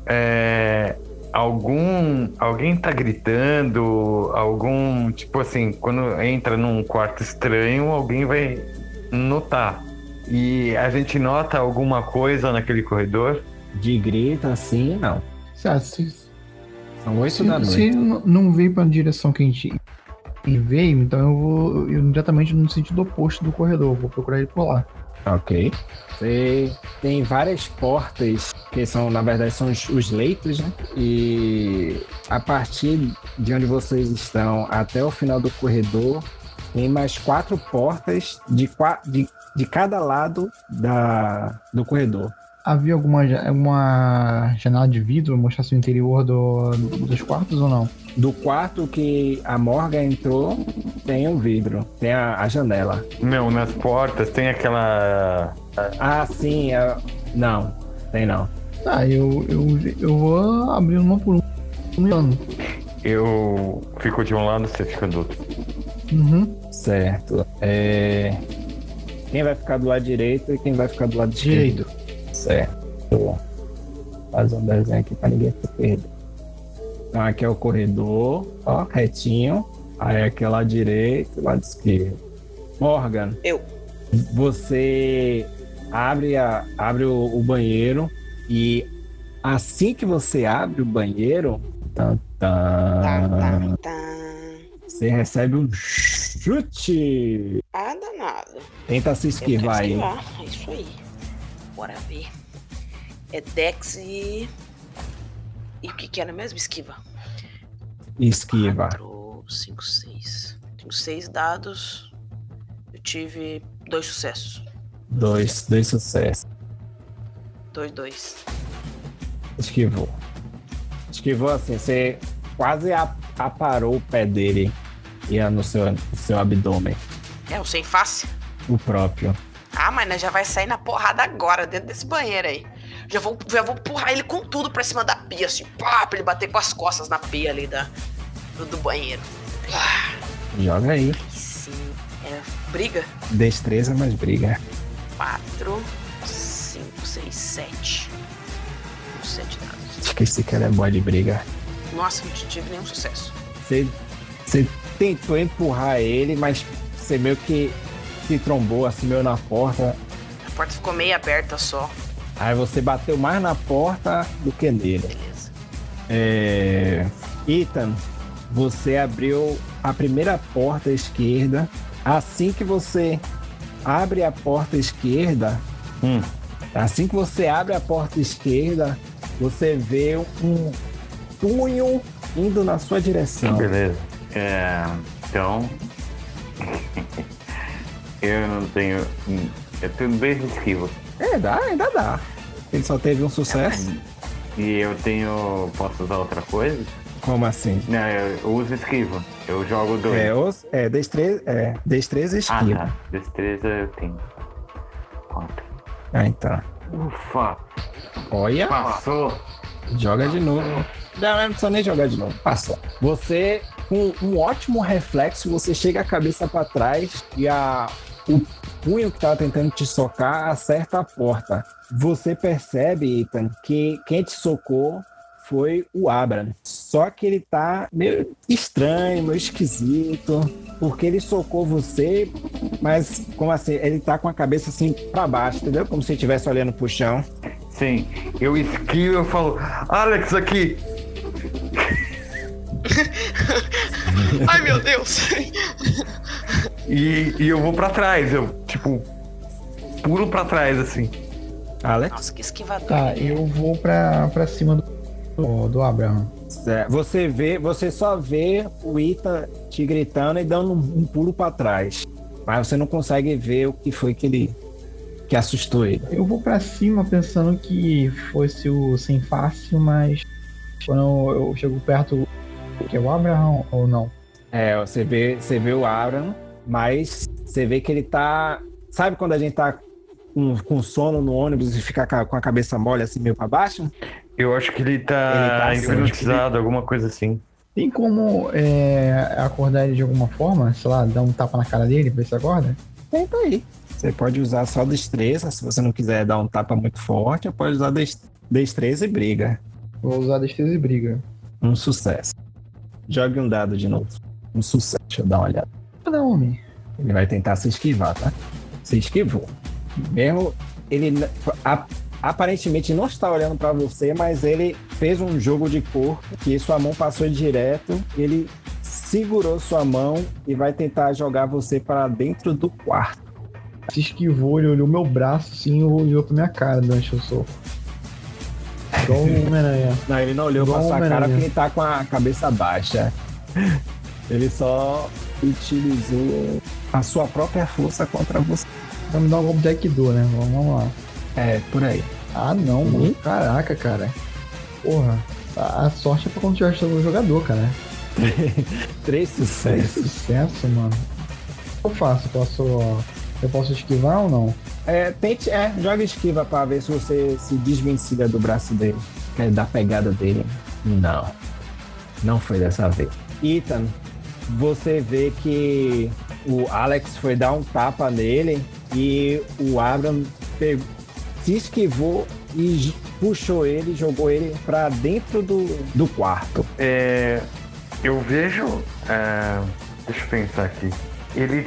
alguém tá gritando, tipo assim, quando entra num quarto estranho, alguém vai notar. E a gente nota alguma coisa naquele corredor? De grito assim, não. Certo, São 8 da noite. Se ele não veio pra direção que a gente veio, então eu vou imediatamente no sentido oposto do corredor, vou procurar ele por lá. Ok. Você tem várias portas que são, na verdade, são os leitos, né? E a partir de onde vocês estão até o final do corredor, tem mais 4 portas de cada lado do corredor. Havia alguma janela de vidro pra mostrar o interior dos quartos ou não? Do quarto que a Morgan entrou, tem um vidro, tem a janela. Não, nas portas tem aquela... Ah, sim, não, tem não. Tá, eu vou abrir uma por um. Eu fico de um lado, você fica do outro. Uhum. Certo. Quem vai ficar do lado direito e quem vai ficar do lado Direito. esquerdo? Certo. Vou fazer um desenho aqui pra ninguém se perder. Então aqui é o corredor, ó, retinho. Aí aqui é lado direito, lado esquerdo. Morgan. Eu. Você abre o banheiro e assim que você abre o banheiro, você recebe um chute. Ah, danado. Tenta se esquivar aí. É isso aí. Bora ver. É Dex e o que era mesmo? Esquiva. Esquiva. 4, 5, 6. Tenho 6 dados. Eu tive 2 sucessos. 2 sucessos. 2. Esquivou. Esquivou assim, você quase aparou o pé dele e no seu abdômen. É o sem face? O próprio. Ah, mas nós já vai sair na porrada agora, dentro desse banheiro aí. Já vou empurrar ele com tudo pra cima da pia, assim, pá, pra ele bater com as costas na pia ali do banheiro. Joga aí. Sim. Briga? Destreza mais briga. 4, 5, 6, 7. 7 dados. Esqueci que ela é boa de briga. Nossa, não tive nenhum sucesso. Você tentou empurrar ele, mas você meio que se trombou assim meio na porta. A porta ficou meio aberta só. Aí você bateu mais na porta do que nele. Beleza. Ethan, você abriu a primeira porta esquerda. Assim que você abre a porta esquerda, você vê um punho indo na sua direção. Beleza. Então... eu não tenho... Eu tenho 2 esquivos. Ainda dá. Ele só teve um sucesso. E eu tenho... Posso usar outra coisa? Como assim? Não, eu uso esquivo. Eu jogo 2. Destreza e esquiva. Tá. Destreza eu tenho 4. Então. Ufa! Olha. Passou! Joga de novo. Não precisa nem jogar de novo. Passou. Você, com um ótimo reflexo, você chega a cabeça pra trás e o punho que tava tentando te socar acerta a porta. Você percebe, Ethan, que quem te socou foi o Abram. Só que ele tá meio estranho, meio esquisito, porque ele socou você, mas como assim? Ele tá com a cabeça assim pra baixo, entendeu? Como se ele estivesse olhando pro chão. Sim, eu esquivo e eu falo, Alex aqui! Ai, meu Deus. E eu vou pra trás, eu, tipo, pulo pra trás, assim. Alex? Nossa, que esquivador. Tá, eu vou pra cima do Abraham. Você só vê o Ethan te gritando e dando um pulo pra trás. Mas você não consegue ver o que foi que assustou ele. Eu vou pra cima pensando que fosse o sem face, mas quando eu chego perto, que é o Abraham ou não? Você vê o Abraham, mas você vê que ele tá... Sabe quando a gente tá com sono no ônibus e fica com a cabeça mole assim meio pra baixo? Eu acho que ele tá hipnotizado, alguma coisa assim. Tem como acordar ele de alguma forma? Sei lá, dar um tapa na cara dele pra ver se acorda? Tenta aí. Você pode usar só destreza, se você não quiser dar um tapa muito forte, ou pode usar destreza e briga. Vou usar destreza e briga. Um sucesso. Jogue um dado de novo. Um sucesso, deixa eu dar uma olhada. Não, homem. Ele vai tentar se esquivar, tá? Se esquivou. Mesmo ele aparentemente não está olhando pra você, mas ele fez um jogo de corpo que sua mão passou direto, ele segurou sua mão e vai tentar jogar você para dentro do quarto. Se esquivou, ele olhou meu braço assim e olhou pra minha cara durante o soco. Igual o Homem-Aranha. Não, ele não olhou pra sua cara porque ele tá com a cabeça baixa. Ele só utilizou a sua própria força contra você. Vai me dar um golpe de Aikido, né? Vamos lá. Por aí. Ah, não, mano. Caraca, cara. Porra. A sorte é pra quando tiver o jogador, cara. 3 sucessos. 3 sucessos, mano. O que eu faço? Eu posso esquivar ou não? Joga esquiva pra ver se você se desvencilha do braço dele. Da pegada dele. Não foi dessa vez. Ethan, você vê que o Alex foi dar um tapa nele e o Abraham se esquivou e puxou ele, jogou ele pra dentro do quarto. Eu vejo... deixa eu pensar aqui. Ele...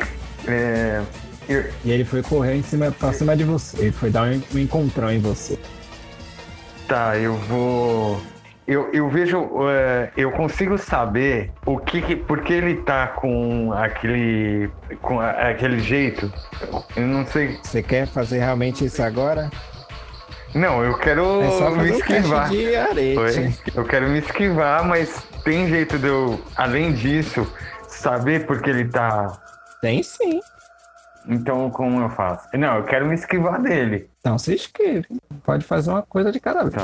E ele foi correr pra cima de você. Ele foi dar um encontrão em você. Tá, eu vou... Eu vejo... eu consigo saber por que ele tá com aquele jeito. Eu não sei... Você quer fazer realmente isso agora? Não, eu quero me esquivar. De arete. Eu quero me esquivar, mas tem jeito de eu, além disso, saber por que ele tá... Tem sim. Então, como eu faço? Não, eu quero me esquivar dele. Então, se esquive. Pode fazer uma coisa de cada vez. Tá.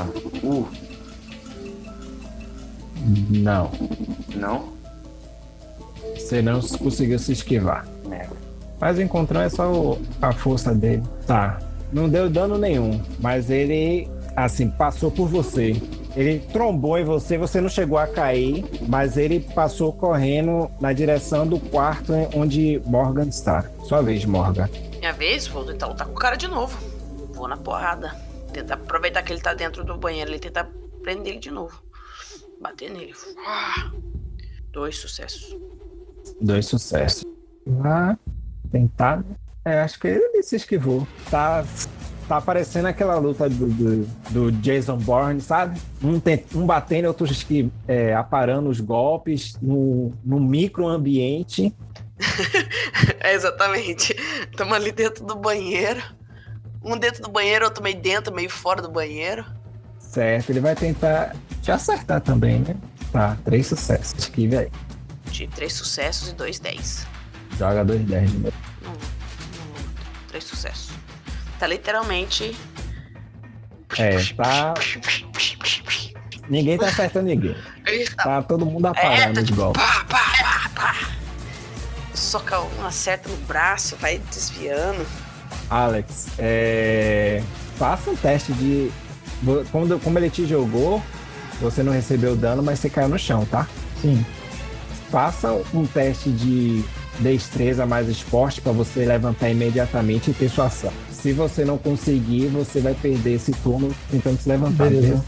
Não. Não? Você não conseguiu se esquivar. Mas o encontrão é só a força dele. Tá. Não deu dano nenhum. Mas ele, assim, passou por você. Ele trombou em você, você não chegou a cair, mas ele passou correndo na direção do quarto onde Morgan está. Sua vez, Morgan. Minha vez? Vou tentar lutar com o cara de novo. Vou na porrada. Tentar aproveitar que ele tá dentro do banheiro e tentar prender ele de novo. Bater nele. 2 sucessos. 2 sucessos. Tentar. Acho que ele se esquivou. Tá parecendo aquela luta do Jason Bourne, sabe? Um batendo, outro aparando os golpes no microambiente. Exatamente. Estamos ali dentro do banheiro. Um dentro do banheiro, outro meio dentro, meio fora do banheiro. Certo, ele vai tentar te acertar também, né? Tá, 3 sucessos. Esquive aí. De 3 sucessos e 2 10. Joga 2 10 de novo. 3 sucessos. Tá literalmente... tá... Ninguém tá acertando ninguém. Tá todo mundo aparando de golpe. Soca um, acerta no braço, vai desviando. Alex, faça um teste de... Como ele te jogou, você não recebeu dano, mas você caiu no chão, tá? Sim. Faça um teste de destreza mais esporte para você levantar imediatamente e ter sua ação. Se você não conseguir, você vai perder esse turno tentando se levantar. Beleza.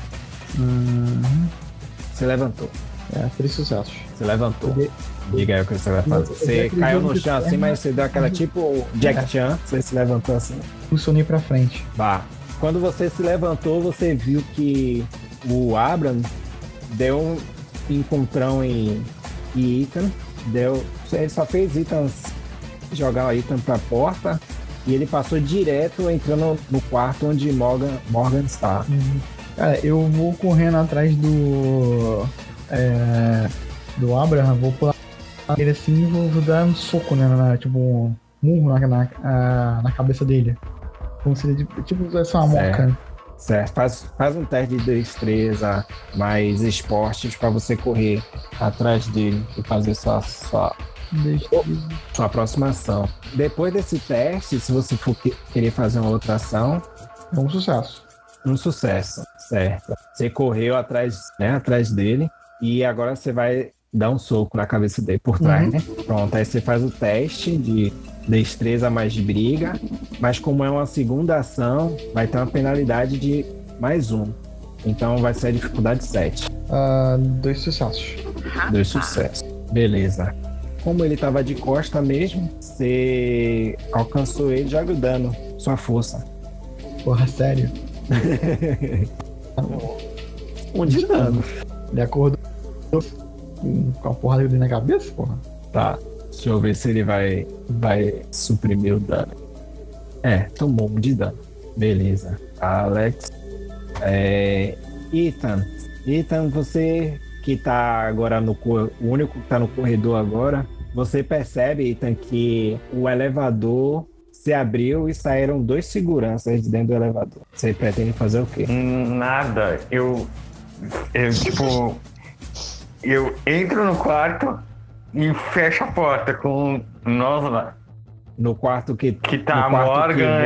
Você levantou. 3 sucessos. Você levantou. Diga aí o que você vai fazer. Você caiu no chão assim, mas você deu aquela tipo Jack Chan. Você se levantou assim. Funcionei pra frente. Quando você se levantou, você viu que o Abraham deu um encontrão em Ethan Ele só fez Ethan jogar o Ethan pra porta e ele passou direto entrando no quarto onde Morgan está. Cara, eu vou correndo atrás do Abraham, vou pular ele assim e vou dar um soco, né? Tipo um murro na cabeça dele. Como se ele tivesse uma moca. Né? Certo. Faz um teste de destreza mais esportes pra você correr atrás dele e fazer sua aproximação. Depois desse teste, se você for querer fazer uma outra ação, é um sucesso. Um sucesso, certo. Você correu atrás dele e agora você vai dar um soco na cabeça dele por trás, né? Pronto, aí você faz o teste de destreza mais de briga, mas como é uma segunda ação, vai ter uma penalidade de mais 1. Então vai ser a dificuldade 7. 2 sucessos. 2 sucessos. Beleza. Como ele tava de costa mesmo, você alcançou ele já dano sua força. Porra, sério? Um de dano. Ele acordou com a porrada dele na cabeça, porra? Tá. Deixa eu ver se ele vai suprimir o dano. Tomou 1 de dano. Beleza. Alex. Ethan, você que tá agora o único que tá no corredor agora, você percebe, Ethan, que o elevador se abriu e saíram 2 seguranças de dentro do elevador. Você pretende fazer o quê? Nada. Eu entro no quarto e fecho a porta com nós lá. No quarto que tá a Morgan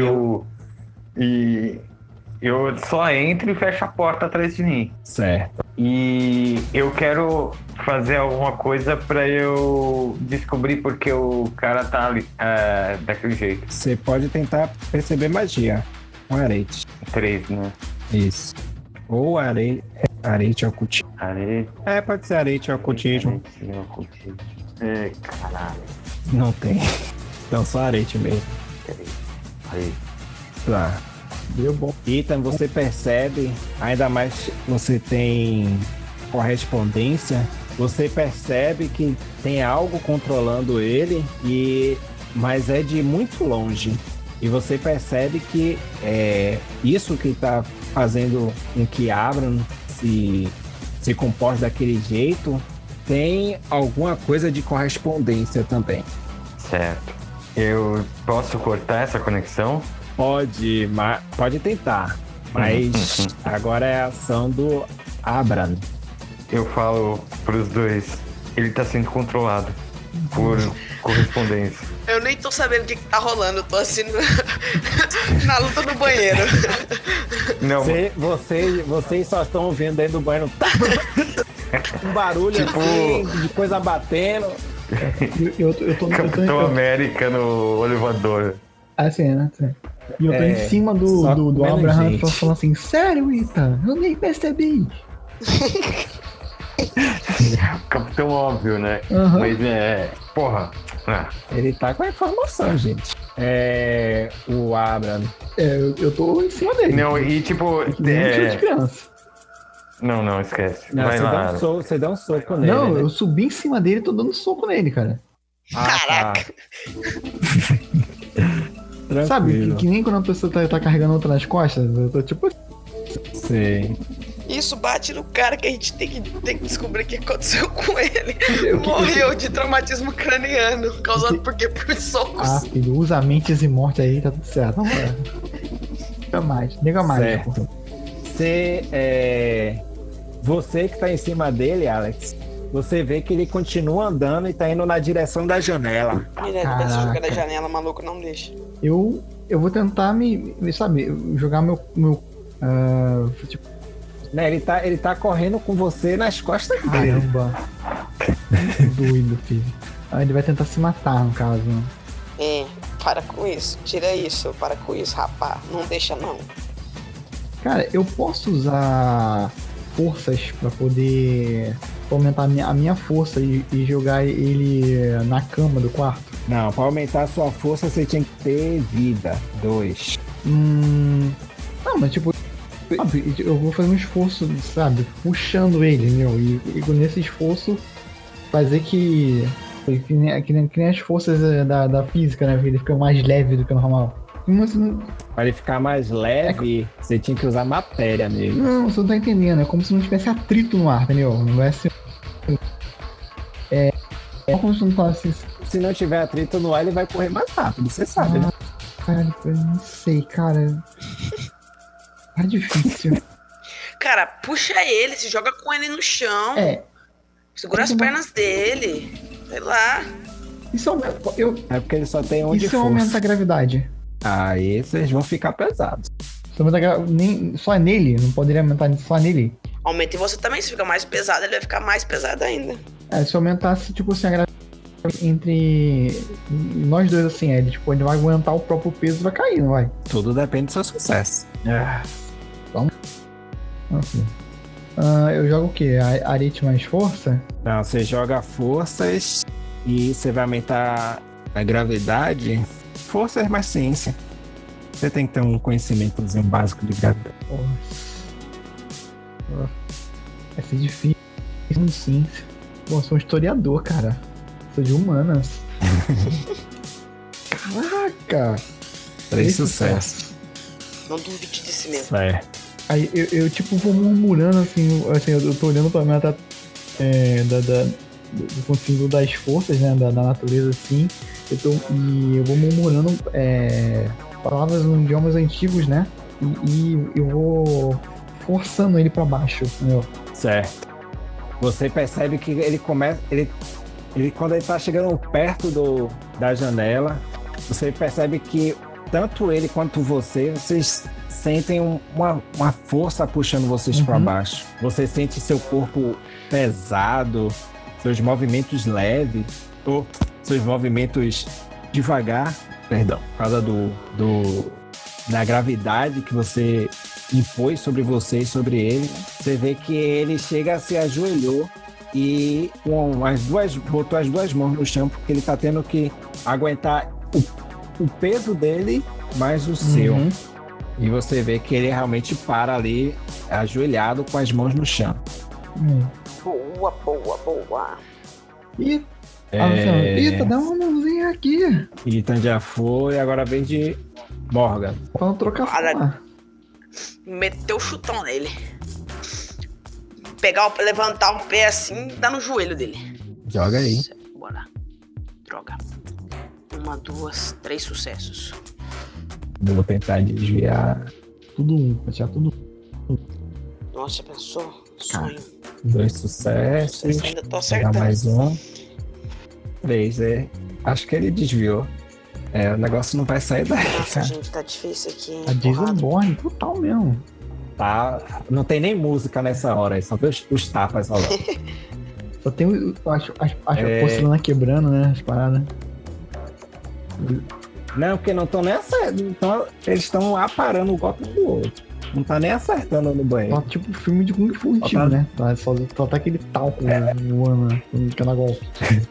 e eu só entro e fecho a porta atrás de mim. Certo. E eu quero fazer alguma coisa pra eu descobrir porque o cara tá ali, daquele jeito. Você pode tentar perceber magia. Um arete. 3, né? Isso. Ou arete ocultismo. Arete? Pode ser arete ocultismo. Caralho. Não tem. Então só arete mesmo. Aí. Tá. Deu bom. Ethan, você percebe, ainda mais você tem correspondência, você percebe que tem algo controlando ele, mas é de muito longe. E você percebe que isso que está fazendo com que Abraham se comporte daquele jeito tem alguma coisa de correspondência também. Certo. Eu posso cortar essa conexão? Pode tentar, mas agora é a ação do Abraham. Eu falo pros dois, ele tá sendo controlado por correspondência. Eu nem tô sabendo o que tá rolando, eu tô assim na luta no banheiro. Não. Vocês só estão ouvindo dentro do banheiro um barulho assim, de coisa batendo. Eu tô Capitão América no elevador. Assim, né? E eu tô em cima do Abraham falando assim, sério, Ethan? Eu nem percebi. Capitão óbvio, né? Mas porra. Ele tá com a informação, gente. O Abraham. Eu tô em cima dele. Não, e tipo. De criança. Não, esquece. Não, vai lá. Você dá um soco nele. Não, né? eu subi em cima dele e tô dando soco nele, cara. Caraca! Tá. Sabe, que nem quando a pessoa tá carregando outra nas costas, eu tô tipo. Sei. Isso bate no cara que a gente tem que descobrir o que aconteceu com ele. Morreu de traumatismo craniano. Causado por quê? Por socos. Filho, usa mentes e morte aí, tá tudo certo. Nega mais. Você que tá em cima dele, Alex, você vê que ele continua andando e tá indo na direção da janela. Ele pensa jogar da janela, maluco, não deixa. Eu vou tentar jogar meu tipo... Né, ele tá correndo com você nas costas dele. Caramba. Doido, filho. Ele vai tentar se matar, no caso. Para com isso. Tira isso, para com isso, rapá. Não deixa, não. Cara, eu posso usar forças pra poder aumentar a minha força e jogar ele na cama do quarto? Não, pra aumentar a sua força você tinha que ter vida. 2. Não, mas tipo, eu vou fazer um esforço, sabe? Puxando ele, entendeu? E nesse esforço fazer que nem as forças da física, né? Ele fica mais leve do que o normal. Pra ele ficar mais leve, você tinha que usar matéria nele. Não, você não tá entendendo. É como se não tivesse atrito no ar, entendeu? Não vai ser. É como se não falasse. Se não tiver atrito no ar, ele vai correr mais rápido, você sabe, né? Cara, eu não sei, cara. Tá difícil. Cara, puxa ele, se joga com ele no chão. Segura as pernas dele. Sei lá. Isso É porque ele só tem um de força. Isso aumenta a gravidade. Aí vocês vão ficar pesados. Só nele? Não poderia aumentar só nele? Aumenta em você também, se fica mais pesado, ele vai ficar mais pesado ainda. Se aumentasse, tipo assim, a gravidade entre nós dois, assim, ele vai aguentar o próprio peso e vai cair, não vai? Tudo depende do seu sucesso. Então, assim. Eu jogo o quê? Arete mais força? Não, você joga forças e você vai aumentar a gravidade. Forças mais ciência. Você tem que ter um conhecimentozinho básico de gravidade. Vai ser difícil em ciência. Pô, eu sou um historiador, cara. Sou de humanas. Caraca! 3 sucessos. Não duvide de si mesmo. Certo. Aí eu vou murmurando assim, eu tô olhando pra meta do conteúdo das forças, né, da natureza, assim. Eu vou murmurando palavras em idiomas antigos, né? E eu vou forçando ele pra baixo, entendeu? Certo. Você percebe que ele começa. Ele quando ele tá chegando perto da janela, você percebe que tanto ele quanto vocês sentem uma força puxando vocês para baixo. Você sente seu corpo pesado, seus movimentos leves, ou seus movimentos devagar, perdão, por causa da gravidade que você impôs sobre você e sobre ele. Você vê que ele se ajoelhou e botou as duas mãos no chão, porque ele tá tendo que aguentar o peso dele mais o seu. E você vê que ele realmente para ali, ajoelhado, com as mãos no chão. Boa. Eita, dá uma mãozinha aqui. Ethan já foi, agora a vez de Morgan. Vamos trocar. Meteu o chutão nele. Levantar um pé assim e dar no joelho dele. Joga aí. Bora. Droga. 1, 2, 3 sucessos. Eu vou tentar desviar. Vou tirar tudo. Nossa, já pensou? Sonho. 2 sucessos. Ainda tô acertando. Mais 1. 3, acho que ele desviou. O negócio não vai sair daí. Nossa, gente, tá difícil aqui, hein? A Jason Bourne, total mesmo. Tá, não tem nem música nessa hora, só vê os tapas rolando. Só tem a porcelana quebrando, né? As paradas. Não, porque não estão nem acertando. Eles estão aparando o golpe do outro. Não tá nem acertando no banheiro. Só tipo filme de Kung Fu antigo, né? Só tá aquele talco voando, cada golpe.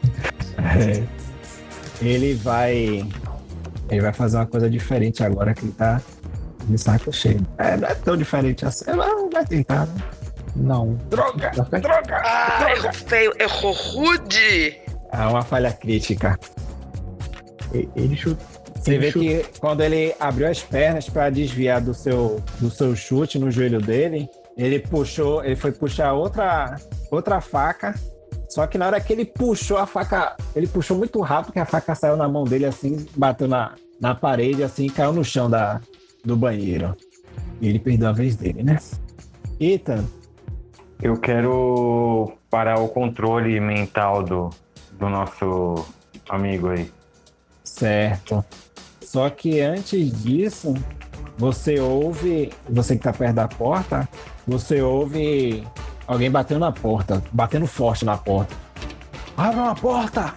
Ele vai fazer uma coisa diferente agora que ele tá de saco cheio. Não é tão diferente assim, mas vai tentar, né? Não. Droga! Errou feio, errou rude! Uma falha crítica. Ele chuta. Você vê que quando ele abriu as pernas para desviar do seu chute no joelho dele, ele foi puxar outra faca. Só que na hora que ele puxou a faca, ele puxou muito rápido, que a faca saiu na mão dele assim, bateu na parede assim, e caiu no chão do banheiro. E ele perdeu a vez dele, né? Ethan. Eu quero parar o controle mental do nosso amigo aí. Certo. Só que antes disso, você que tá perto da porta, você ouve alguém batendo na porta, batendo forte na porta. Abra a porta!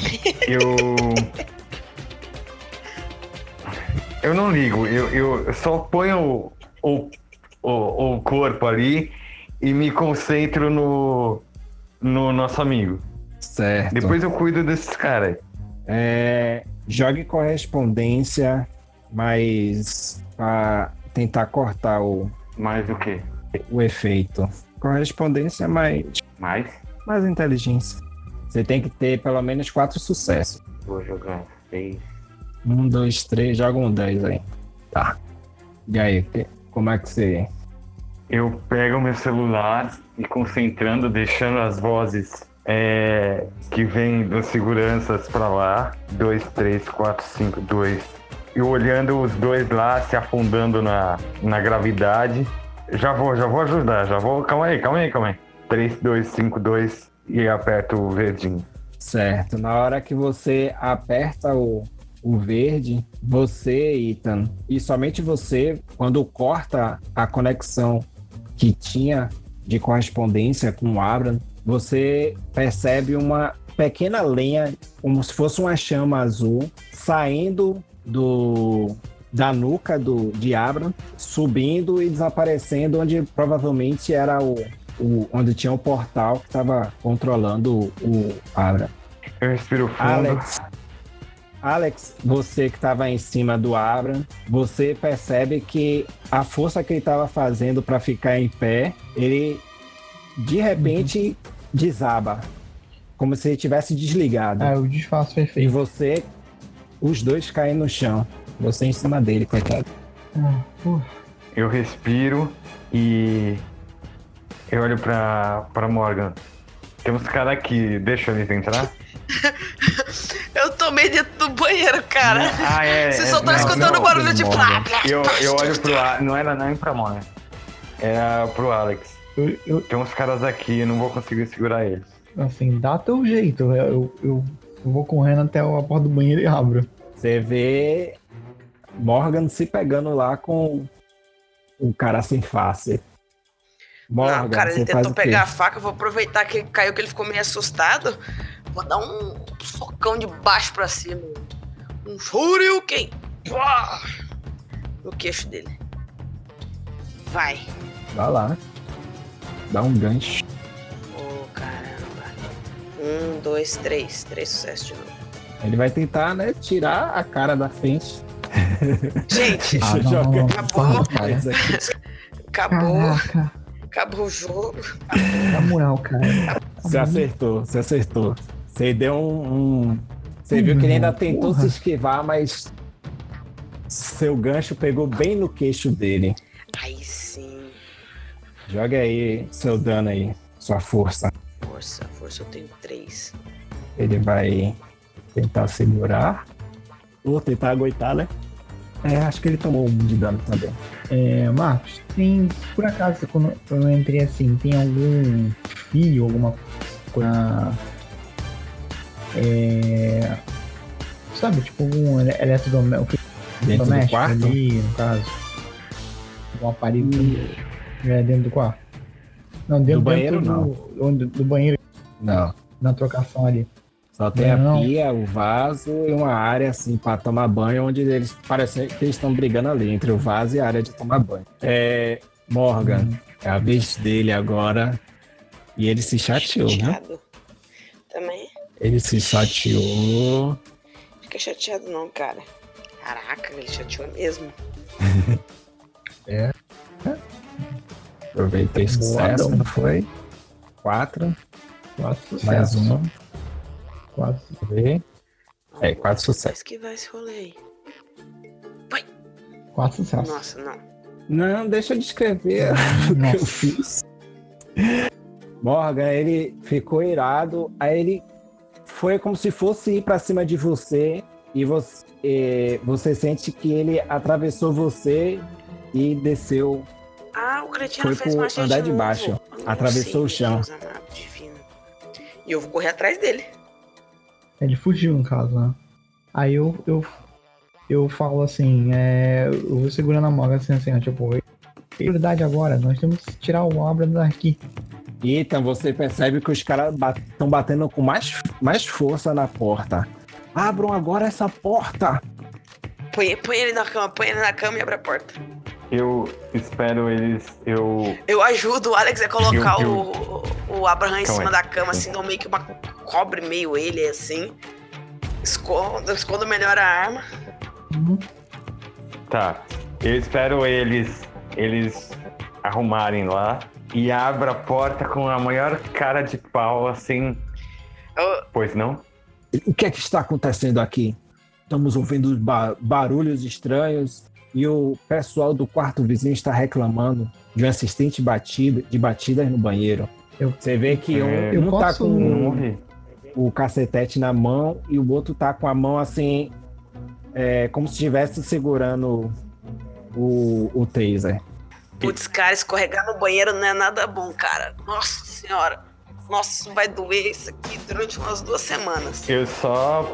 Eu não ligo, eu só ponho o corpo ali e me concentro no nosso amigo. Certo. Depois eu cuido desses caras. Jogue correspondência, mas pra tentar cortar Mais o quê? o efeito. Correspondência mais Mais? inteligência. Você tem que ter pelo menos 4 sucessos. Vou jogar 6. 1, 2, 3, joga um 10 aí. Tá. E aí, como é que você... Eu pego meu celular e concentrando, deixando as vozes que vêm dos seguranças pra lá. 2, 3, 4, 5, 2. E olhando os dois lá se afundando na gravidade. Já vou ajudar, Calma aí. 3, 2, 5, 2 e aperto o verdinho. Certo. Na hora que você aperta o verde, você, Ethan, e somente você, quando corta a conexão que tinha de correspondência com o Abram, você percebe uma pequena lenha, como se fosse uma chama azul, saindo da nuca de Abram, subindo e desaparecendo onde provavelmente era onde tinha o portal que estava controlando o Abram. Eu respiro fundo. Alex, você que estava em cima do Abram, você percebe que a força que ele estava fazendo para ficar em pé, ele de repente desaba, como se ele tivesse desligado. O desfaço foi E feito. os dois caem no chão. Você em cima dele, coitado. Eu respiro e eu olho pra Morgan. Tem uns caras aqui, deixa eles entrar? Eu tomei dentro do banheiro, cara. Vocês só estão escutando o barulho de plá, plá. Eu olho pro Alex, não era nem pra Morgan. Era pro Alex. Tem uns caras aqui, eu não vou conseguir segurar eles. Assim, dá teu jeito. Eu vou correndo até a porta do banheiro e abro. Você vê Morgan se pegando lá com o cara sem face. Morgan, Não, cara, ele você faz tentou o quê? pegar a faca, eu vou aproveitar que ele caiu, que ele ficou meio assustado. Vou dar um socão de baixo pra cima. Um Shoryuken! Pá! No queixo dele. Vai. Vai lá. Dá um gancho. Caramba. 1, 2, 3. 3 sucessos de novo. Ele vai tentar, né, tirar a cara da frente. Gente, não. acabou. Mas aqui- Acabou. Caraca, Acabou o jogo. na moral, cara. Você acertou. Você deu Você viu que ele ainda tentou porra. se esquivar, mas seu gancho pegou bem no queixo dele. Aí sim. Joga aí seu dano aí, sua força. Força eu tenho 3. Ele vai tentar segurar. Ou tentar aguentar, né? Acho que ele tomou 1 de dano também. Marcos, tem, por acaso, quando eu entrei assim, tem algum fio, alguma coisa, sabe, tipo algum eletrodoméstico Dentro do quarto? ali, no caso, um aparelho dentro do quarto? Não, dentro Do banheiro, do banheiro, Não. na trocação ali. Só tem Não. a pia, o vaso e uma área assim pra tomar banho, onde eles parecem que eles estão brigando ali, entre o vaso e a área de tomar banho. Morgan, é a vez dele agora. E ele se chateou, né? Chateado. Também. Ele se chateou. Fica chateado não, cara. Caraca, ele chateou mesmo. Aproveitei sucesso, não foi? 4. 4 Mais sucessos. 1. 4. Ver. 4 sucessos. Que vai esse rolê aí. 4 sucessos. Nossa, não. Não, deixa eu descrever o que eu fiz. Morgan, ele ficou irado, aí ele foi como se fosse ir pra cima de você e você sente que ele atravessou você e desceu, Ah, o cretino foi fez pro magia andar de de novo. baixo, Ah, atravessou o chão. Deus amado, divino. E eu vou correr atrás dele. Ele fugiu, no caso, né? Aí eu falo assim, eu vou segurando a Morgan assim, tipo, prioridade agora, nós temos que tirar o Abra daqui. Então você percebe que os caras estão batendo com mais força na porta. Abram agora essa porta! Põe ele na cama e abre a porta. Eu espero eles. Eu ajudo o Alex a colocar Eu- o Abraham em Calma cima aí. da cama, assim, dou meio que uma cobre meio ele, assim. Escondo melhor a arma. Tá. Eu espero eles arrumarem lá e abro a porta com a maior cara de pau, assim. Pois não? O que é que está acontecendo aqui? Estamos ouvindo barulhos estranhos e o pessoal do quarto vizinho está reclamando de um assistente de batidas no banheiro. Você vê que um tá com o cacetete na mão e o outro tá com a mão assim, como se estivesse segurando o taser. Putz, cara, escorregar no banheiro não é nada bom, cara. Nossa senhora. Nossa, isso vai doer isso aqui durante umas 2 semanas. Eu só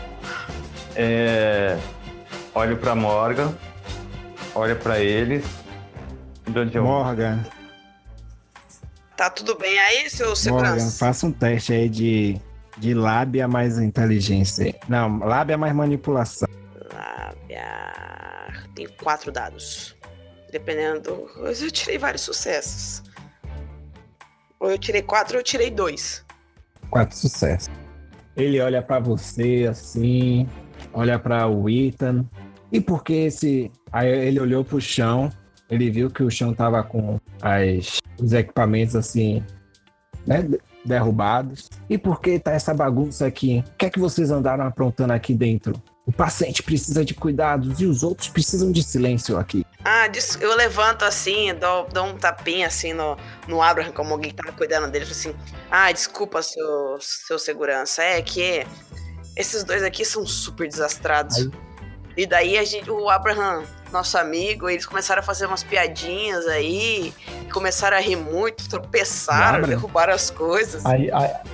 olho pra Morgan, olho pra eles. Morgan. Tá tudo bem aí, seu segurança? Morgan, faça um teste aí de lábia mais inteligência. Não, lábia mais manipulação. Lábia... Tenho 4 dados. Dependendo... Eu tirei vários sucessos. Ou eu tirei 4 ou eu tirei 2. 4 sucessos. Ele olha pra você assim, olha pra o Ethan. E por que esse... Aí ele olhou pro chão, ele viu que o chão tava com os equipamentos assim, né, derrubados. E por que tá essa bagunça aqui? O que é que vocês andaram aprontando aqui dentro? O paciente precisa de cuidados e os outros precisam de silêncio aqui. Eu levanto assim, dou um tapinha assim no Abraham, como alguém tava cuidando dele. Falo assim, desculpa, seu segurança. É que esses 2 aqui são super desastrados. Aí. E daí o Abraham, nosso amigo, eles começaram a fazer umas piadinhas aí, começaram a rir muito, tropeçaram, derrubaram as coisas. Aí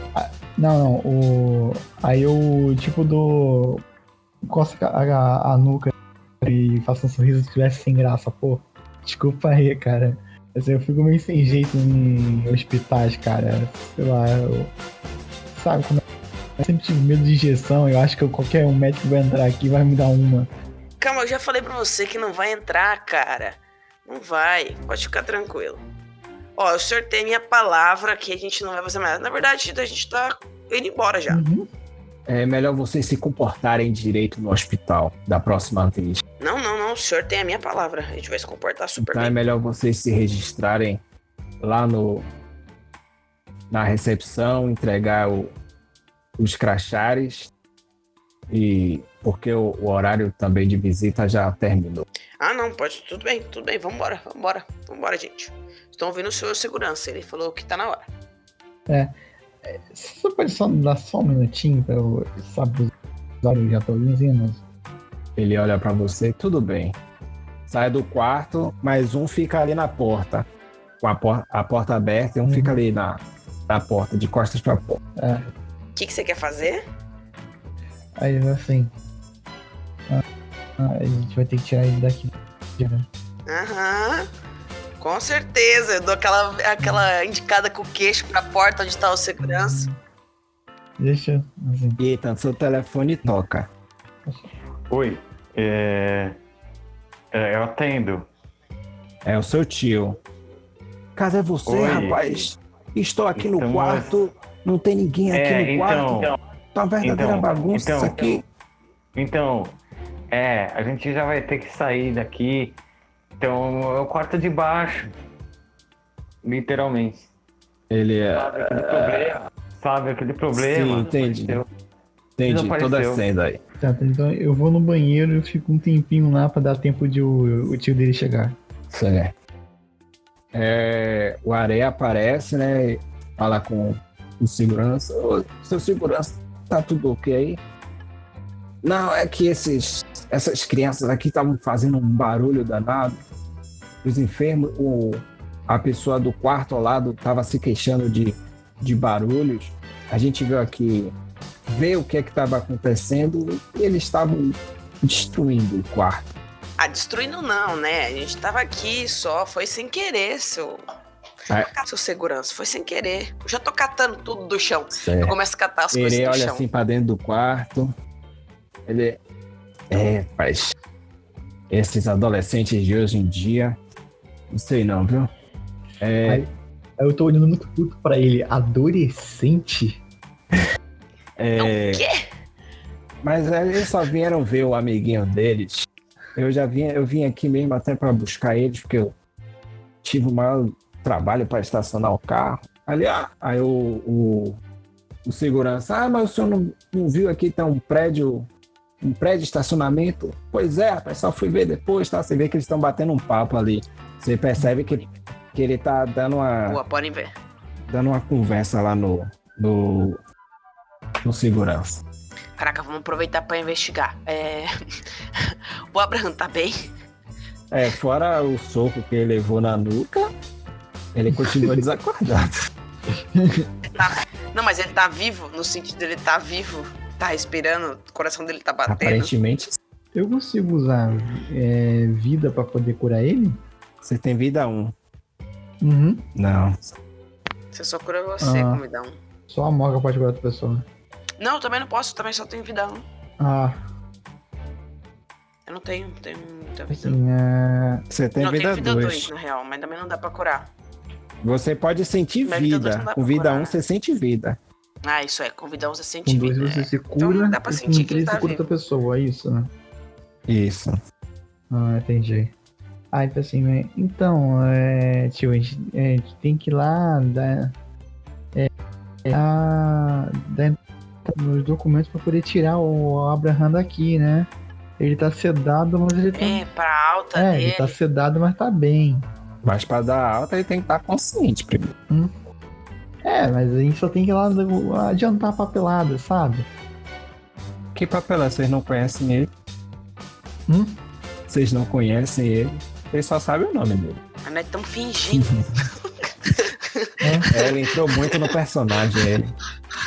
eu tipo coça a nuca e faço um sorriso se tivesse sem graça, pô. Desculpa aí, cara. Assim, eu fico meio sem jeito em hospitais, cara. Sei lá, sabe como eu sempre tive medo de injeção. Eu acho que qualquer médico vai entrar aqui e vai me dar uma. Calma, eu já falei pra você que não vai entrar, cara. Não vai, pode ficar tranquilo. Ó, eu sorteio minha palavra que a gente não vai fazer mais nada. Na verdade, a gente tá indo embora já. Uhum. É melhor vocês se comportarem direito no hospital da próxima vez. Não, o senhor tem a minha palavra. A gente vai se comportar super então bem. É melhor vocês se registrarem lá na recepção, entregar os crachares, e porque o horário também de visita já terminou. Não, pode, tudo bem, vambora, gente. Estão ouvindo o senhor segurança, ele falou que tá na hora. Você pode só dar só um minutinho pra eu saber os olhos já tô vindo. Ele olha pra você, tudo bem. Sai do quarto, mas um fica ali na porta. Com a porta aberta e um fica ali na porta, de costas pra porta. O que você quer fazer? Aí assim. A gente vai ter que tirar ele daqui. Aham. Com certeza, eu dou aquela indicada com o queixo pra porta onde tá o segurança. Deixa, assim. Eita, seu telefone toca. Oi, eu atendo. É o seu tio. Cadê você, Oi. rapaz? Estou aqui no quarto, não tem ninguém aqui no quarto. Tá uma verdadeira bagunça isso aqui. Então, a gente já vai ter que sair daqui. Então, é o quarto de baixo. Literalmente. Ele Sabe aquele problema? Sim, entendi. Entendi, toda a cena aí. Tá, então eu vou no banheiro e fico um tempinho lá pra dar tempo de o tio dele chegar. Certo. O Areia aparece, né? Fala com o segurança. Ô, seu segurança, tá tudo ok aí? Não, é que essas crianças aqui estavam fazendo um barulho danado. Os enfermos, a pessoa do quarto ao lado estava se queixando de barulhos. A gente veio aqui ver o que é que estava acontecendo e eles estavam destruindo o quarto. Destruindo não, né? A gente tava aqui só, foi sem querer, seu segurança, foi sem querer. Eu já tô catando tudo do chão. Certo. Eu começo a catar as coisas do chão. Ele olha assim pra dentro do quarto. Ele... Rapaz, esses adolescentes de hoje em dia, não sei não, viu? Aí eu tô olhando muito puto pra ele. Adolescente? O quê? Mas eles só vieram ver o amiguinho deles. Eu vim aqui mesmo até pra buscar eles, porque eu tive o maior trabalho pra estacionar o carro. Ali, aí o o segurança. Mas o senhor não viu aqui, tem um prédio de estacionamento? Pois é, rapaz, só fui ver depois, tá? Você vê que eles estão batendo um papo ali. Você percebe que ele tá dando Boa, podem ver. uma conversa lá no segurança. Caraca, vamos aproveitar pra investigar. O Abraham tá bem? Fora o soco que ele levou na nuca, ele continua desacordado. Não, mas ele tá vivo, no sentido dele tá vivo, tá respirando, o coração dele tá batendo. Aparentemente, Eu consigo usar vida pra poder curar ele? você tem vida 1. Uhum. Não. Você só cura você com vida 1. Só a Morgan pode curar outra pessoa. Não, também não posso, também só tenho vida 1. Eu não tenho muita vida. Assim, Você tem não, vida tenho vida 2. 2, na real, mas também não dá pra curar. Você pode sentir Minha vida dois vida. não dá Com pra vida curar. 1 você sente vida. Ah, isso é, com vida 1 você sente com 2 vida. você se Então cura, dá pra e sentir com que ele 3 tá você cura vivo. outra pessoa, é isso, né? Isso. Entendi. Então assim, então, tio, a gente tem que ir lá dar nos documentos pra poder tirar o Abraham daqui, né? Ele tá sedado, mas ele tá... Pra alta dele. ele tá sedado, mas tá bem. Mas pra dar alta ele tem que estar consciente primeiro. Mas a gente só tem que ir lá adiantar a papelada, sabe? Que papelão? Vocês não conhecem ele? Vocês não conhecem ele? Vocês só sabem o nome dele. Mas nós estamos fingindo. Ele entrou muito no personagem, ele.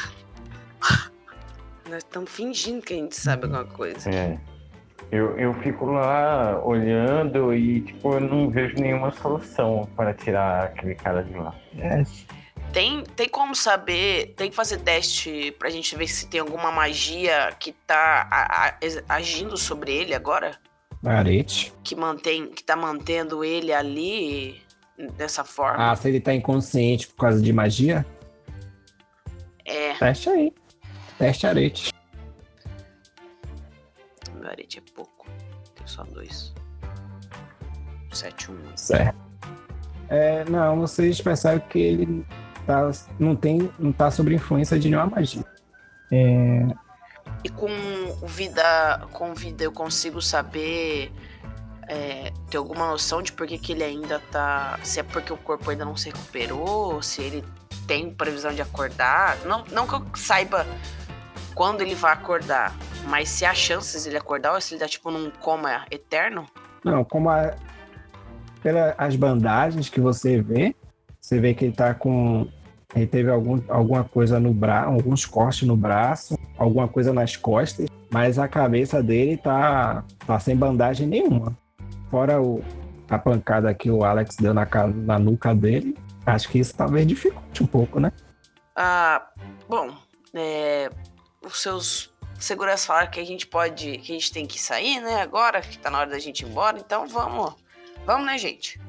Nós estamos fingindo que a gente sabe alguma coisa. Eu fico lá olhando e, tipo, eu não vejo nenhuma solução para tirar aquele cara de lá. Tem como saber, tem que fazer teste pra gente ver se tem alguma magia que tá agindo sobre ele agora? Arete. Que tá mantendo ele ali dessa forma? Se ele tá inconsciente por causa de magia? Teste aí. Teste arete. Meu arete é pouco. Tem só 2. 7, 1. Certo. Não, vocês percebem que ele não tá sob influência de nenhuma magia. E com vida eu consigo saber, ter alguma noção de por que ele ainda tá... Se é porque o corpo ainda não se recuperou, se ele tem previsão de acordar. Não que eu saiba quando ele vai acordar, mas se há chances de ele acordar ou se ele tá tipo num coma eterno? Não, pelas bandagens que você vê que ele tá com... Ele teve alguma coisa no braço, alguns cortes no braço, alguma coisa nas costas, mas a cabeça dele tá sem bandagem nenhuma. Fora a pancada que o Alex deu na nuca dele, acho que isso talvez dificulte um pouco, né? Bom, os seus seguranças falaram que a gente tem que sair, né, agora, que tá na hora da gente ir embora, então vamos, né, gente?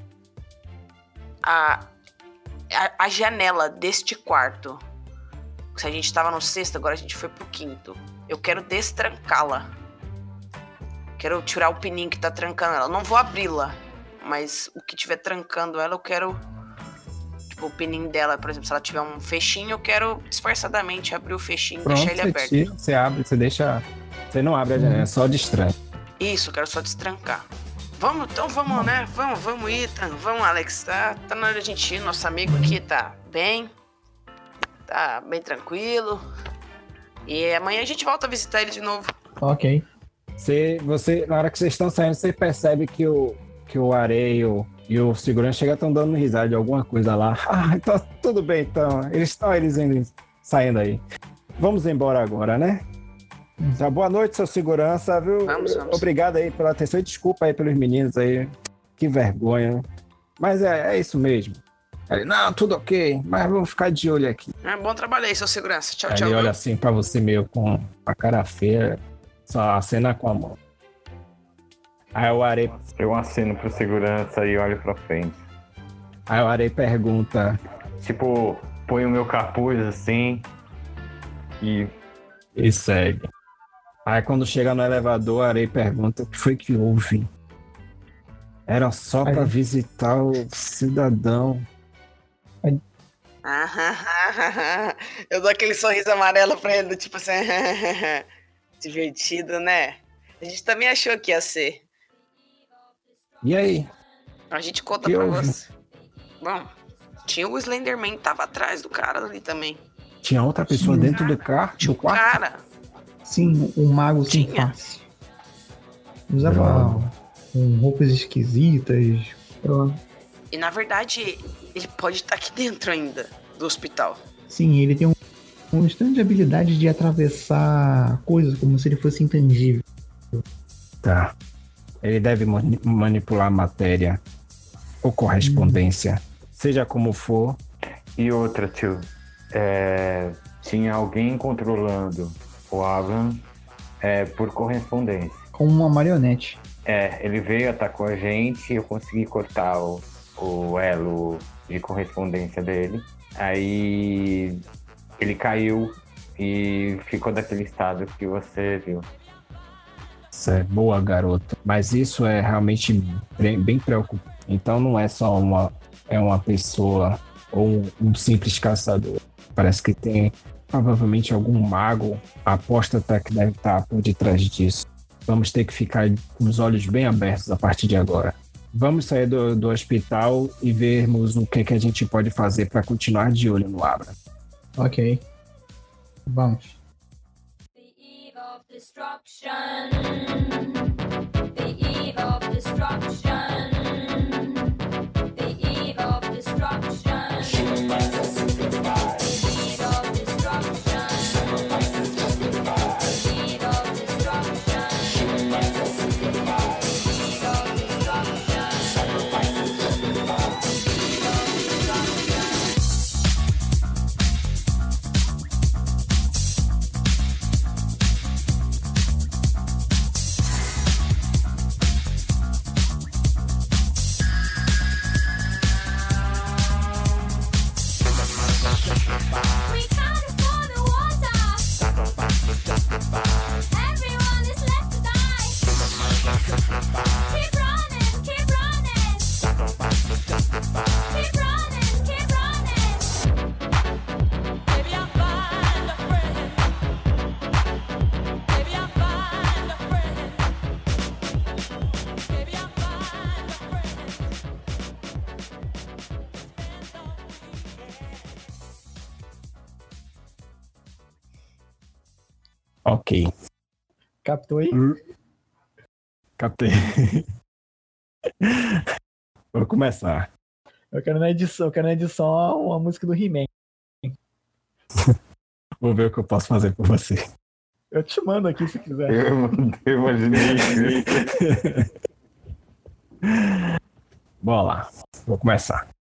A janela deste quarto, se a gente tava no sexto, agora a gente foi pro quinto. Eu quero destrancá-la. Quero tirar o pininho que tá trancando ela. Eu não vou abri-la, mas o que tiver trancando ela, eu quero... Tipo, o pininho dela, por exemplo, se ela tiver um fechinho, eu quero disfarçadamente abrir o fechinho e deixar ele aberto. Tira, você abre, você deixa... Você não abre a janela, só destranca. Isso, eu quero só destrancar. Vamos, né? Vamos ir, vamos, Alex. Tá na hora da gente ir. Nosso amigo aqui tá bem tranquilo. E amanhã a gente volta a visitar ele de novo. Ok. Você, na hora que vocês estão saindo, você percebe que o Areio e o segurança estão dando risada de alguma coisa lá. Então, tudo bem, então. Eles indo, saindo aí. Vamos embora agora, né? Então, boa noite, seu segurança, viu? Vamos. Obrigado aí pela atenção e desculpa aí pelos meninos aí. Que vergonha. Mas é isso mesmo. Ele, não, tudo ok, mas vamos ficar de olho aqui. Bom trabalho aí, seu segurança. Tchau, Ele olha assim pra você meio com a cara feia, só acena com a mão. Aí o Arei... Eu aceno pro segurança e olho pra frente. Aí o Arei pergunta... Tipo, põe o meu capuz assim e segue. Aí quando chega no elevador, o Arei pergunta o que foi que houve. Era só pra visitar o cidadão. Eu dou aquele sorriso amarelo pra ele, tipo assim, divertido, né? A gente também achou que ia ser. E aí? A gente conta Que pra houve? você. Bom, tinha o Slenderman que tava atrás do cara ali também. Tinha outra pessoa Sim. dentro do carro? Tinha Do um quarto? cara. Sim, um mago sem Tinha. face. Usava roupas esquisitas. E na verdade, ele pode estar aqui dentro ainda do hospital. Sim, ele tem uma grande habilidade de atravessar coisas como se ele fosse intangível. Tá. Ele deve manipular matéria ou correspondência, seja como for. E outra, tio. Tinha alguém controlando o Abraham por correspondência. Como uma marionete. Ele veio, atacou a gente, eu consegui cortar o elo de correspondência dele. Aí ele caiu e ficou daquele estado que você viu. Isso é boa, garoto. Mas isso é realmente bem preocupante. Então não é só uma pessoa ou um simples caçador. Parece que tem provavelmente algum mago, apóstata que deve estar por detrás disso. Vamos ter que ficar com os olhos bem abertos a partir de agora. Vamos sair do hospital e vermos o que a gente pode fazer para continuar de olho no Abra. Ok. Vamos. The eve of destruction. The eve of destruction. The eve of destruction. The eve of destruction. We can't afford the water. Everyone is left to die. Keep running, keep running. Keep running, keep running. Maybe I'll find a friend. Maybe I'll find a friend. Maybe I'll find a friend. Ok. Captou aí? Captei. Vou começar. Eu quero na edição uma música do He-Man. Vou ver o que eu posso fazer por você. Eu te mando aqui se quiser. Eu imaginei isso. Bora lá. Vou começar.